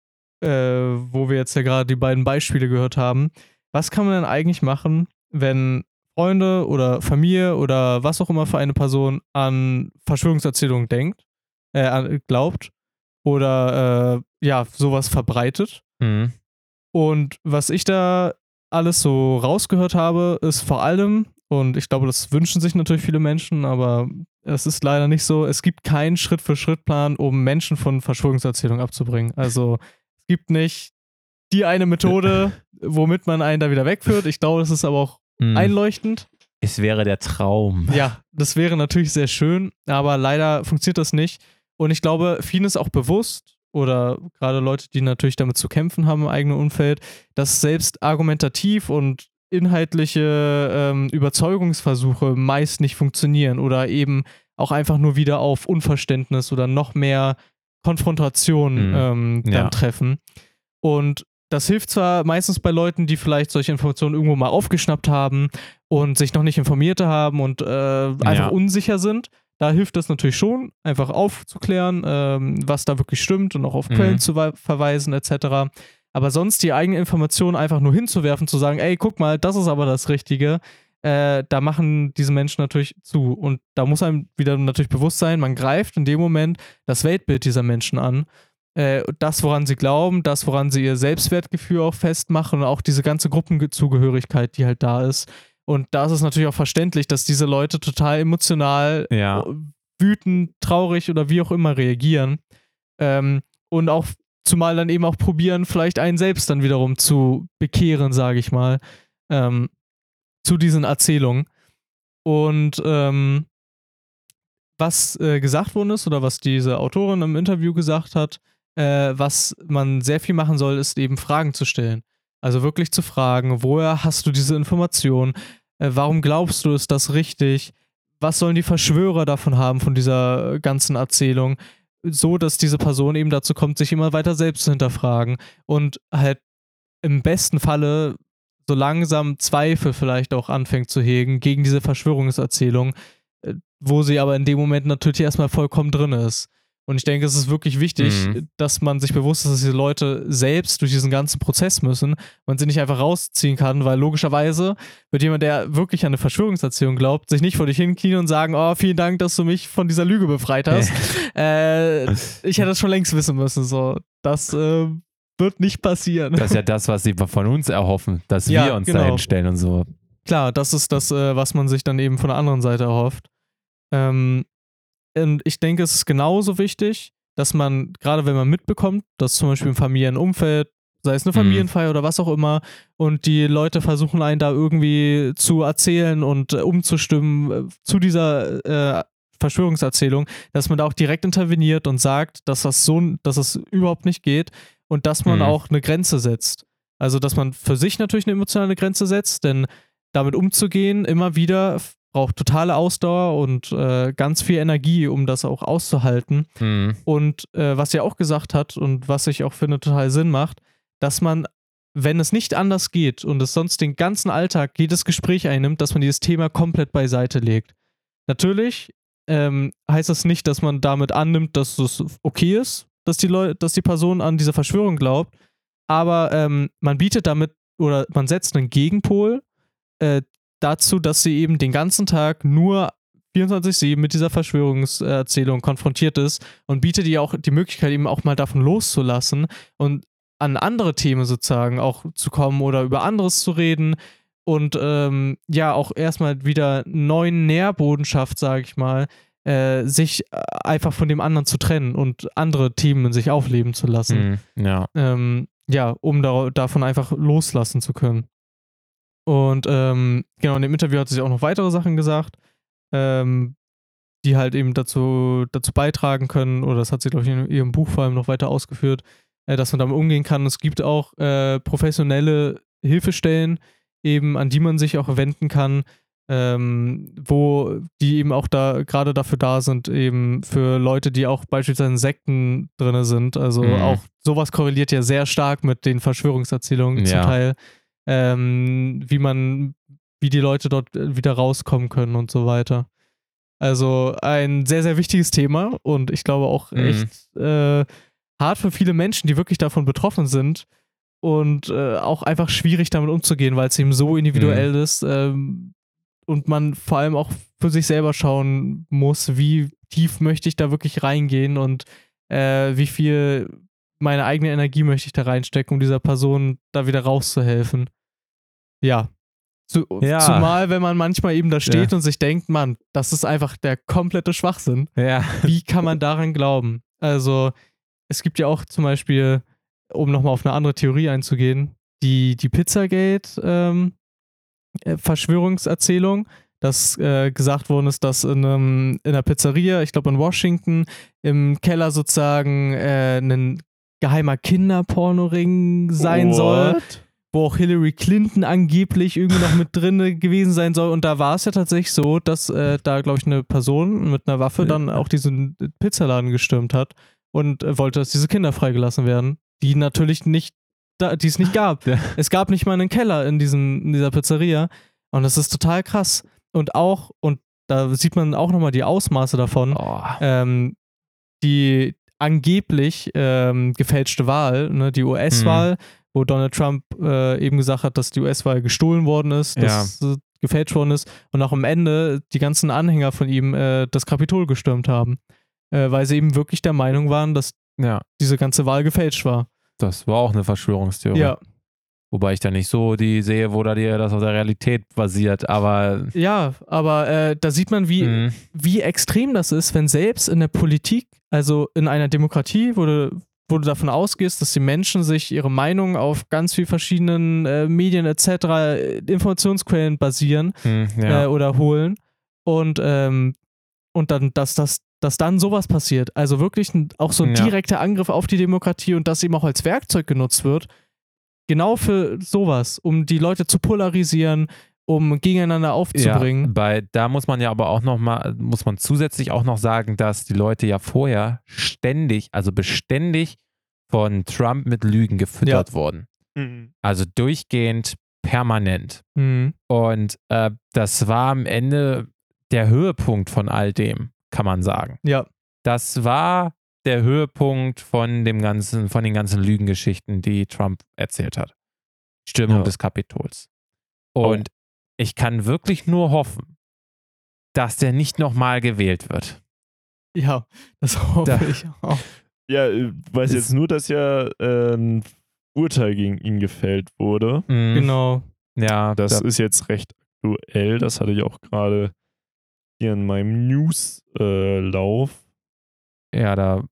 wo wir jetzt ja gerade die beiden Beispiele gehört haben, was kann man denn eigentlich machen, wenn Freunde oder Familie oder was auch immer für eine Person an Verschwörungserzählungen glaubt oder sowas verbreitet. Und was ich da alles so rausgehört habe, ist vor allem, und ich glaube, das wünschen sich natürlich viele Menschen, aber es ist leider nicht so, es gibt keinen Schritt-für-Schritt-Plan, um Menschen von Verschwörungserzählungen abzubringen. Also es gibt nicht die eine Methode, womit man einen da wieder wegführt. Ich glaube, das ist aber auch einleuchtend. Es wäre der Traum. Ja, das wäre natürlich sehr schön, aber leider funktioniert das nicht. Und ich glaube, vielen ist auch bewusst, oder gerade Leute, die natürlich damit zu kämpfen haben im eigenen Umfeld, dass selbst argumentativ und inhaltliche Überzeugungsversuche meist nicht funktionieren oder eben auch einfach nur wieder auf Unverständnis oder noch mehr Konfrontation dann treffen. Und das hilft zwar meistens bei Leuten, die vielleicht solche Informationen irgendwo mal aufgeschnappt haben und sich noch nicht informiert haben und einfach unsicher sind. Da hilft das natürlich schon, einfach aufzuklären, was da wirklich stimmt und auch auf Quellen zu verweisen etc. Aber sonst die eigene Information einfach nur hinzuwerfen, zu sagen, ey, guck mal, das ist aber das Richtige, da machen diese Menschen natürlich zu. Und da muss einem wieder natürlich bewusst sein, man greift in dem Moment das Weltbild dieser Menschen an. Das, woran sie glauben, das, woran sie ihr Selbstwertgefühl auch festmachen und auch diese ganze Gruppenzugehörigkeit, die halt da ist. Und da ist es natürlich auch verständlich, dass diese Leute total emotional, wütend, traurig oder wie auch immer reagieren. Und auch zumal dann eben auch probieren, vielleicht einen selbst dann wiederum zu bekehren, sage ich mal, zu diesen Erzählungen. Und was gesagt worden ist oder was diese Autorin im Interview gesagt hat, was man sehr viel machen soll, ist eben Fragen zu stellen. Also wirklich zu fragen, woher hast du diese Information? Warum glaubst du, ist das richtig? Was sollen die Verschwörer davon haben, von dieser ganzen Erzählung? So, dass diese Person eben dazu kommt, sich immer weiter selbst zu hinterfragen und halt im besten Falle so langsam Zweifel vielleicht auch anfängt zu hegen gegen diese Verschwörungserzählung, wo sie aber in dem Moment natürlich erstmal vollkommen drin ist. Und ich denke, es ist wirklich wichtig, dass man sich bewusst ist, dass diese Leute selbst durch diesen ganzen Prozess müssen, man sie nicht einfach rausziehen kann, weil logischerweise wird jemand, der wirklich an eine Verschwörungserzählung glaubt, sich nicht vor dich hinknien und sagen, oh, vielen Dank, dass du mich von dieser Lüge befreit hast. Ich hätte das schon längst wissen müssen. So. Das wird nicht passieren. Das ist ja das, was sie von uns erhoffen, dass wir uns da hinstellen und so. Klar, das ist das, was man sich dann eben von der anderen Seite erhofft. Und ich denke, es ist genauso wichtig, dass man, gerade wenn man mitbekommt, dass zum Beispiel im Familienumfeld, sei es eine Familienfeier oder was auch immer, und die Leute versuchen einen da irgendwie zu erzählen und umzustimmen zu dieser Verschwörungserzählung, dass man da auch direkt interveniert und sagt, dass das überhaupt nicht geht und dass man auch eine Grenze setzt. Also, dass man für sich natürlich eine emotionale Grenze setzt, denn damit umzugehen, immer wieder braucht totale Ausdauer und ganz viel Energie, um das auch auszuhalten. Und was er auch gesagt hat und was ich auch finde total Sinn macht, dass man, wenn es nicht anders geht und es sonst den ganzen Alltag jedes Gespräch einnimmt, dass man dieses Thema komplett beiseite legt. Natürlich heißt das nicht, dass man damit annimmt, dass es okay ist, dass die Person an diese Verschwörung glaubt, aber man bietet damit oder man setzt einen Gegenpol dazu, dass sie eben den ganzen Tag nur 24/7 mit dieser Verschwörungserzählung konfrontiert ist und bietet ihr auch die Möglichkeit, eben auch mal davon loszulassen und an andere Themen sozusagen auch zu kommen oder über anderes zu reden und auch erstmal wieder neuen Nährboden schafft, sage ich mal, sich einfach von dem anderen zu trennen und andere Themen in sich aufleben zu lassen. Um davon einfach loslassen zu können. Und in dem Interview hat sie auch noch weitere Sachen gesagt, die halt eben dazu beitragen können, oder das hat sie, glaube ich, in ihrem Buch vor allem noch weiter ausgeführt, dass man damit umgehen kann. Es gibt auch professionelle Hilfestellen, eben an die man sich auch wenden kann, wo die eben auch da gerade dafür da sind, eben für Leute, die auch beispielsweise in Sekten drin sind. Also auch sowas korreliert ja sehr stark mit den Verschwörungserzählungen zum Teil. Wie die Leute dort wieder rauskommen können und so weiter. Also ein sehr, sehr wichtiges Thema und ich glaube auch echt hart für viele Menschen, die wirklich davon betroffen sind und auch einfach schwierig damit umzugehen, weil es eben so individuell ist und man vor allem auch für sich selber schauen muss, wie tief möchte ich da wirklich reingehen und wie viel meine eigene Energie möchte ich da reinstecken, um dieser Person da wieder rauszuhelfen. Ja. Zumal, wenn man manchmal eben da steht und sich denkt, Mann, das ist einfach der komplette Schwachsinn. Ja. Wie kann man daran glauben? Also, es gibt ja auch zum Beispiel, um nochmal auf eine andere Theorie einzugehen, die Pizzagate Verschwörungserzählung, dass gesagt worden ist, dass in einer Pizzeria, ich glaube in Washington, im Keller sozusagen ein geheimer Kinderpornoring sein soll, wo auch Hillary Clinton angeblich irgendwie noch mit drin gewesen sein soll. Und da war es ja tatsächlich so, dass da, glaube ich, eine Person mit einer Waffe dann auch diesen Pizzaladen gestürmt hat und wollte, dass diese Kinder freigelassen werden, die natürlich nicht, die es nicht gab. Ja. Es gab nicht mal einen Keller in dieser Pizzeria. Und das ist total krass. Und da sieht man auch nochmal die Ausmaße davon, die angeblich gefälschte Wahl, ne, die US-Wahl, wo Donald Trump eben gesagt hat, dass die US-Wahl gestohlen worden ist, dass gefälscht worden ist und auch am Ende die ganzen Anhänger von ihm das Kapitol gestürmt haben, weil sie eben wirklich der Meinung waren, dass diese ganze Wahl gefälscht war. Das war auch eine Verschwörungstheorie. Ja. Wobei ich da nicht so die sehe, wo da das auf der Realität basiert, aber... Ja, aber da sieht man, wie extrem das ist, wenn selbst in der Politik, also in einer Demokratie, wo du davon ausgehst, dass die Menschen sich ihre Meinung auf ganz vielen verschiedenen Medien etc., Informationsquellen basieren oder holen und dann, dass dann sowas passiert. Also wirklich auch so ein direkter Angriff auf die Demokratie und das eben auch als Werkzeug genutzt wird, genau für sowas, um die Leute zu polarisieren, um gegeneinander aufzubringen. Ja, da muss man ja aber auch muss man zusätzlich auch noch sagen, dass die Leute ja vorher beständig von Trump mit Lügen gefüttert wurden. Also durchgehend, permanent. Und das war am Ende der Höhepunkt von all dem, kann man sagen. Ja. Das war der Höhepunkt von den ganzen Lügengeschichten, die Trump erzählt hat. Stürmung des Kapitols. Und ich kann wirklich nur hoffen, dass der nicht nochmal gewählt wird. Ja, das hoffe ich auch. Ja, ich weiß jetzt nur, dass ja ein Urteil gegen ihn gefällt wurde. Genau. Ja, Das ist jetzt recht aktuell. Das hatte ich auch gerade hier in meinem News-Lauf. Ja, da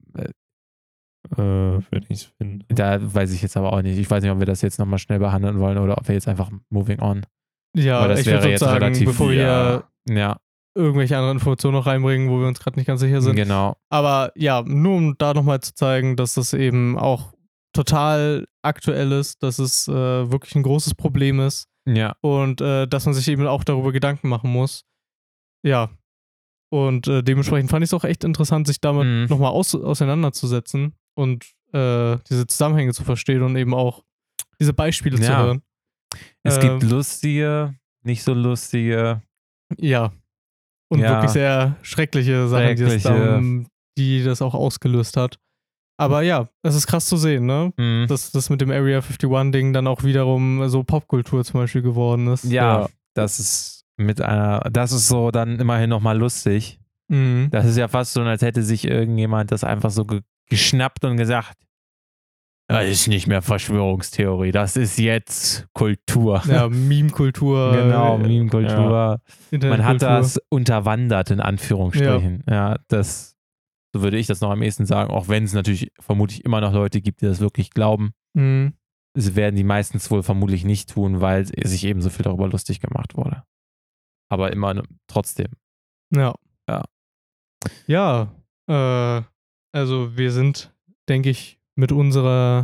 wenn ich es finde. Da weiß ich jetzt aber auch nicht. Ich weiß nicht, ob wir das jetzt nochmal schnell behandeln wollen oder ob wir jetzt einfach moving on. Ja, weil das ich wäre würde jetzt sagen, relativ. bevor wir Ja, irgendwelche anderen Informationen noch reinbringen, wo wir uns gerade nicht ganz sicher sind. genau. Aber ja, nur um da nochmal zu zeigen, dass das eben auch total aktuell ist, dass es wirklich ein großes Problem ist Ja, und dass man sich eben auch darüber Gedanken machen muss. Ja. Und dementsprechend fand ich es auch echt interessant, sich damit nochmal auseinanderzusetzen und diese Zusammenhänge zu verstehen und eben auch diese Beispiele zu hören. Es gibt lustige, nicht so lustige. Ja. Und wirklich sehr schreckliche Sachen, die das auch ausgelöst hat. Aber ja, es ist krass zu sehen, ne? Dass das mit dem Area 51-Ding dann auch wiederum so Popkultur zum Beispiel geworden ist. Ja, das ist so dann immerhin nochmal lustig. Das ist ja fast so, als hätte sich irgendjemand das einfach so geschnappt und gesagt, das ist nicht mehr Verschwörungstheorie, das ist jetzt Kultur. Ja, Meme-Kultur. Genau, Meme-Kultur. Ja. Man hat das unterwandert, in Anführungsstrichen. Ja, so würde ich das noch am ehesten sagen, auch wenn es natürlich vermutlich immer noch Leute gibt, die das wirklich glauben. Sie werden die meistens wohl vermutlich nicht tun, weil sich eben so viel darüber lustig gemacht wurde. Aber immer trotzdem. Ja. Ja. Ja, also wir sind, denke ich, mit unserer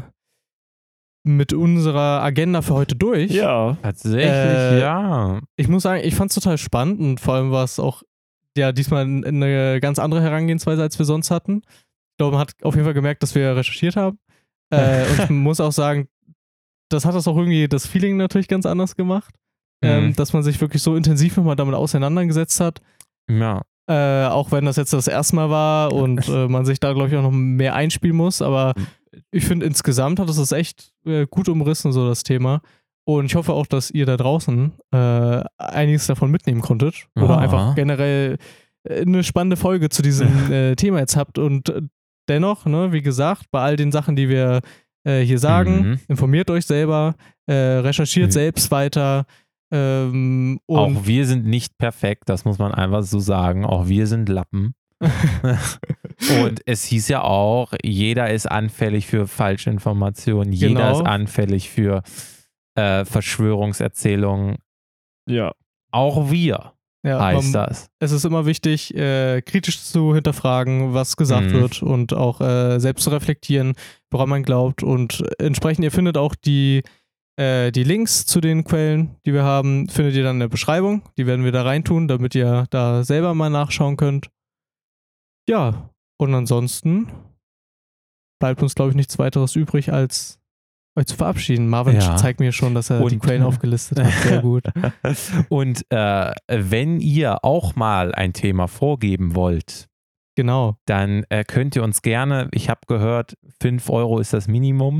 Agenda für heute durch. Ja. Tatsächlich, ja. Ich muss sagen, ich fand es total spannend und vor allem war es auch diesmal eine ganz andere Herangehensweise, als wir sonst hatten. Ich glaube, man hat auf jeden Fall gemerkt, dass wir recherchiert haben. Und ich muss auch sagen, das hat das auch irgendwie das Feeling natürlich ganz anders gemacht. Dass man sich wirklich so intensiv nochmal damit auseinandergesetzt hat. Ja. Auch wenn das jetzt das erste Mal war und man sich da, glaube ich, auch noch mehr einspielen muss. Aber ich finde, insgesamt hat es das echt gut umrissen, so das Thema. Und ich hoffe auch, dass ihr da draußen einiges davon mitnehmen konntet. Oder einfach generell eine spannende Folge zu diesem Thema jetzt habt. Und dennoch, ne, wie gesagt, bei all den Sachen, die wir hier sagen, informiert euch selber, recherchiert selbst weiter. Und auch wir sind nicht perfekt, das muss man einfach so sagen. Auch wir sind Lappen. Und es hieß ja auch, jeder ist anfällig für Falschinformationen, jeder ist anfällig für Verschwörungserzählungen. Ja. Auch wir, heißt das. Es ist immer wichtig, kritisch zu hinterfragen, was gesagt wird und auch selbst zu reflektieren, woran man glaubt. Und entsprechend, ihr findet auch die Links zu den Quellen, die wir haben, findet ihr dann in der Beschreibung. Die werden wir da reintun, damit ihr da selber mal nachschauen könnt. Ja, und ansonsten bleibt uns, glaube ich, nichts weiteres übrig, als euch zu verabschieden. Marvin zeigt mir schon, dass er die Quellen aufgelistet hat. Sehr gut. Und wenn ihr auch mal ein Thema vorgeben wollt, genau, dann könnt ihr uns gerne, ich habe gehört, 5 € ist das Minimum.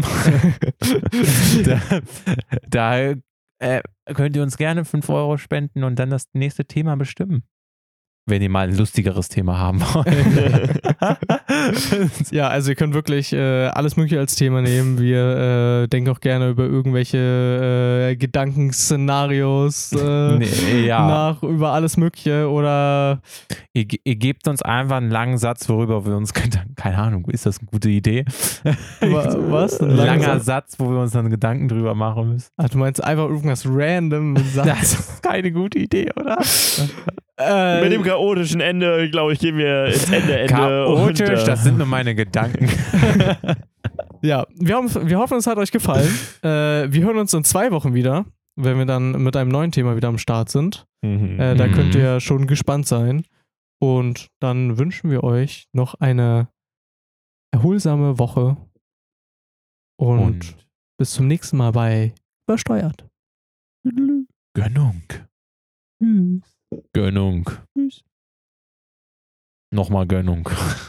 da könnt ihr uns gerne 5 € spenden und dann das nächste Thema bestimmen. Wenn ihr mal ein lustigeres Thema haben wollt. Ja, also ihr könnt wirklich alles Mögliche als Thema nehmen. Wir denken auch gerne über irgendwelche Gedankenszenarios nach, über alles Mögliche oder ihr gebt uns einfach einen langen Satz, worüber wir uns keine Ahnung, ist das eine gute Idee? Was? Ein langer Satz, wo wir uns dann Gedanken drüber machen müssen. Ach, du meinst einfach irgendwas random Satz? Das ist keine gute Idee, oder? Mit dem chaotischen Ende, glaube ich, gehen wir ins Ende. Chaotisch, das sind nur meine Gedanken. Ja, wir hoffen, es hat euch gefallen. Wir hören uns in 2 Wochen wieder, wenn wir dann mit einem neuen Thema wieder am Start sind. Da könnt ihr schon gespannt sein. Und dann wünschen wir euch noch eine erholsame Woche. Und bis zum nächsten Mal bei Übersteuert. Gönnung. Tschüss. Gönnung. Tschüss. Nochmal Gönnung.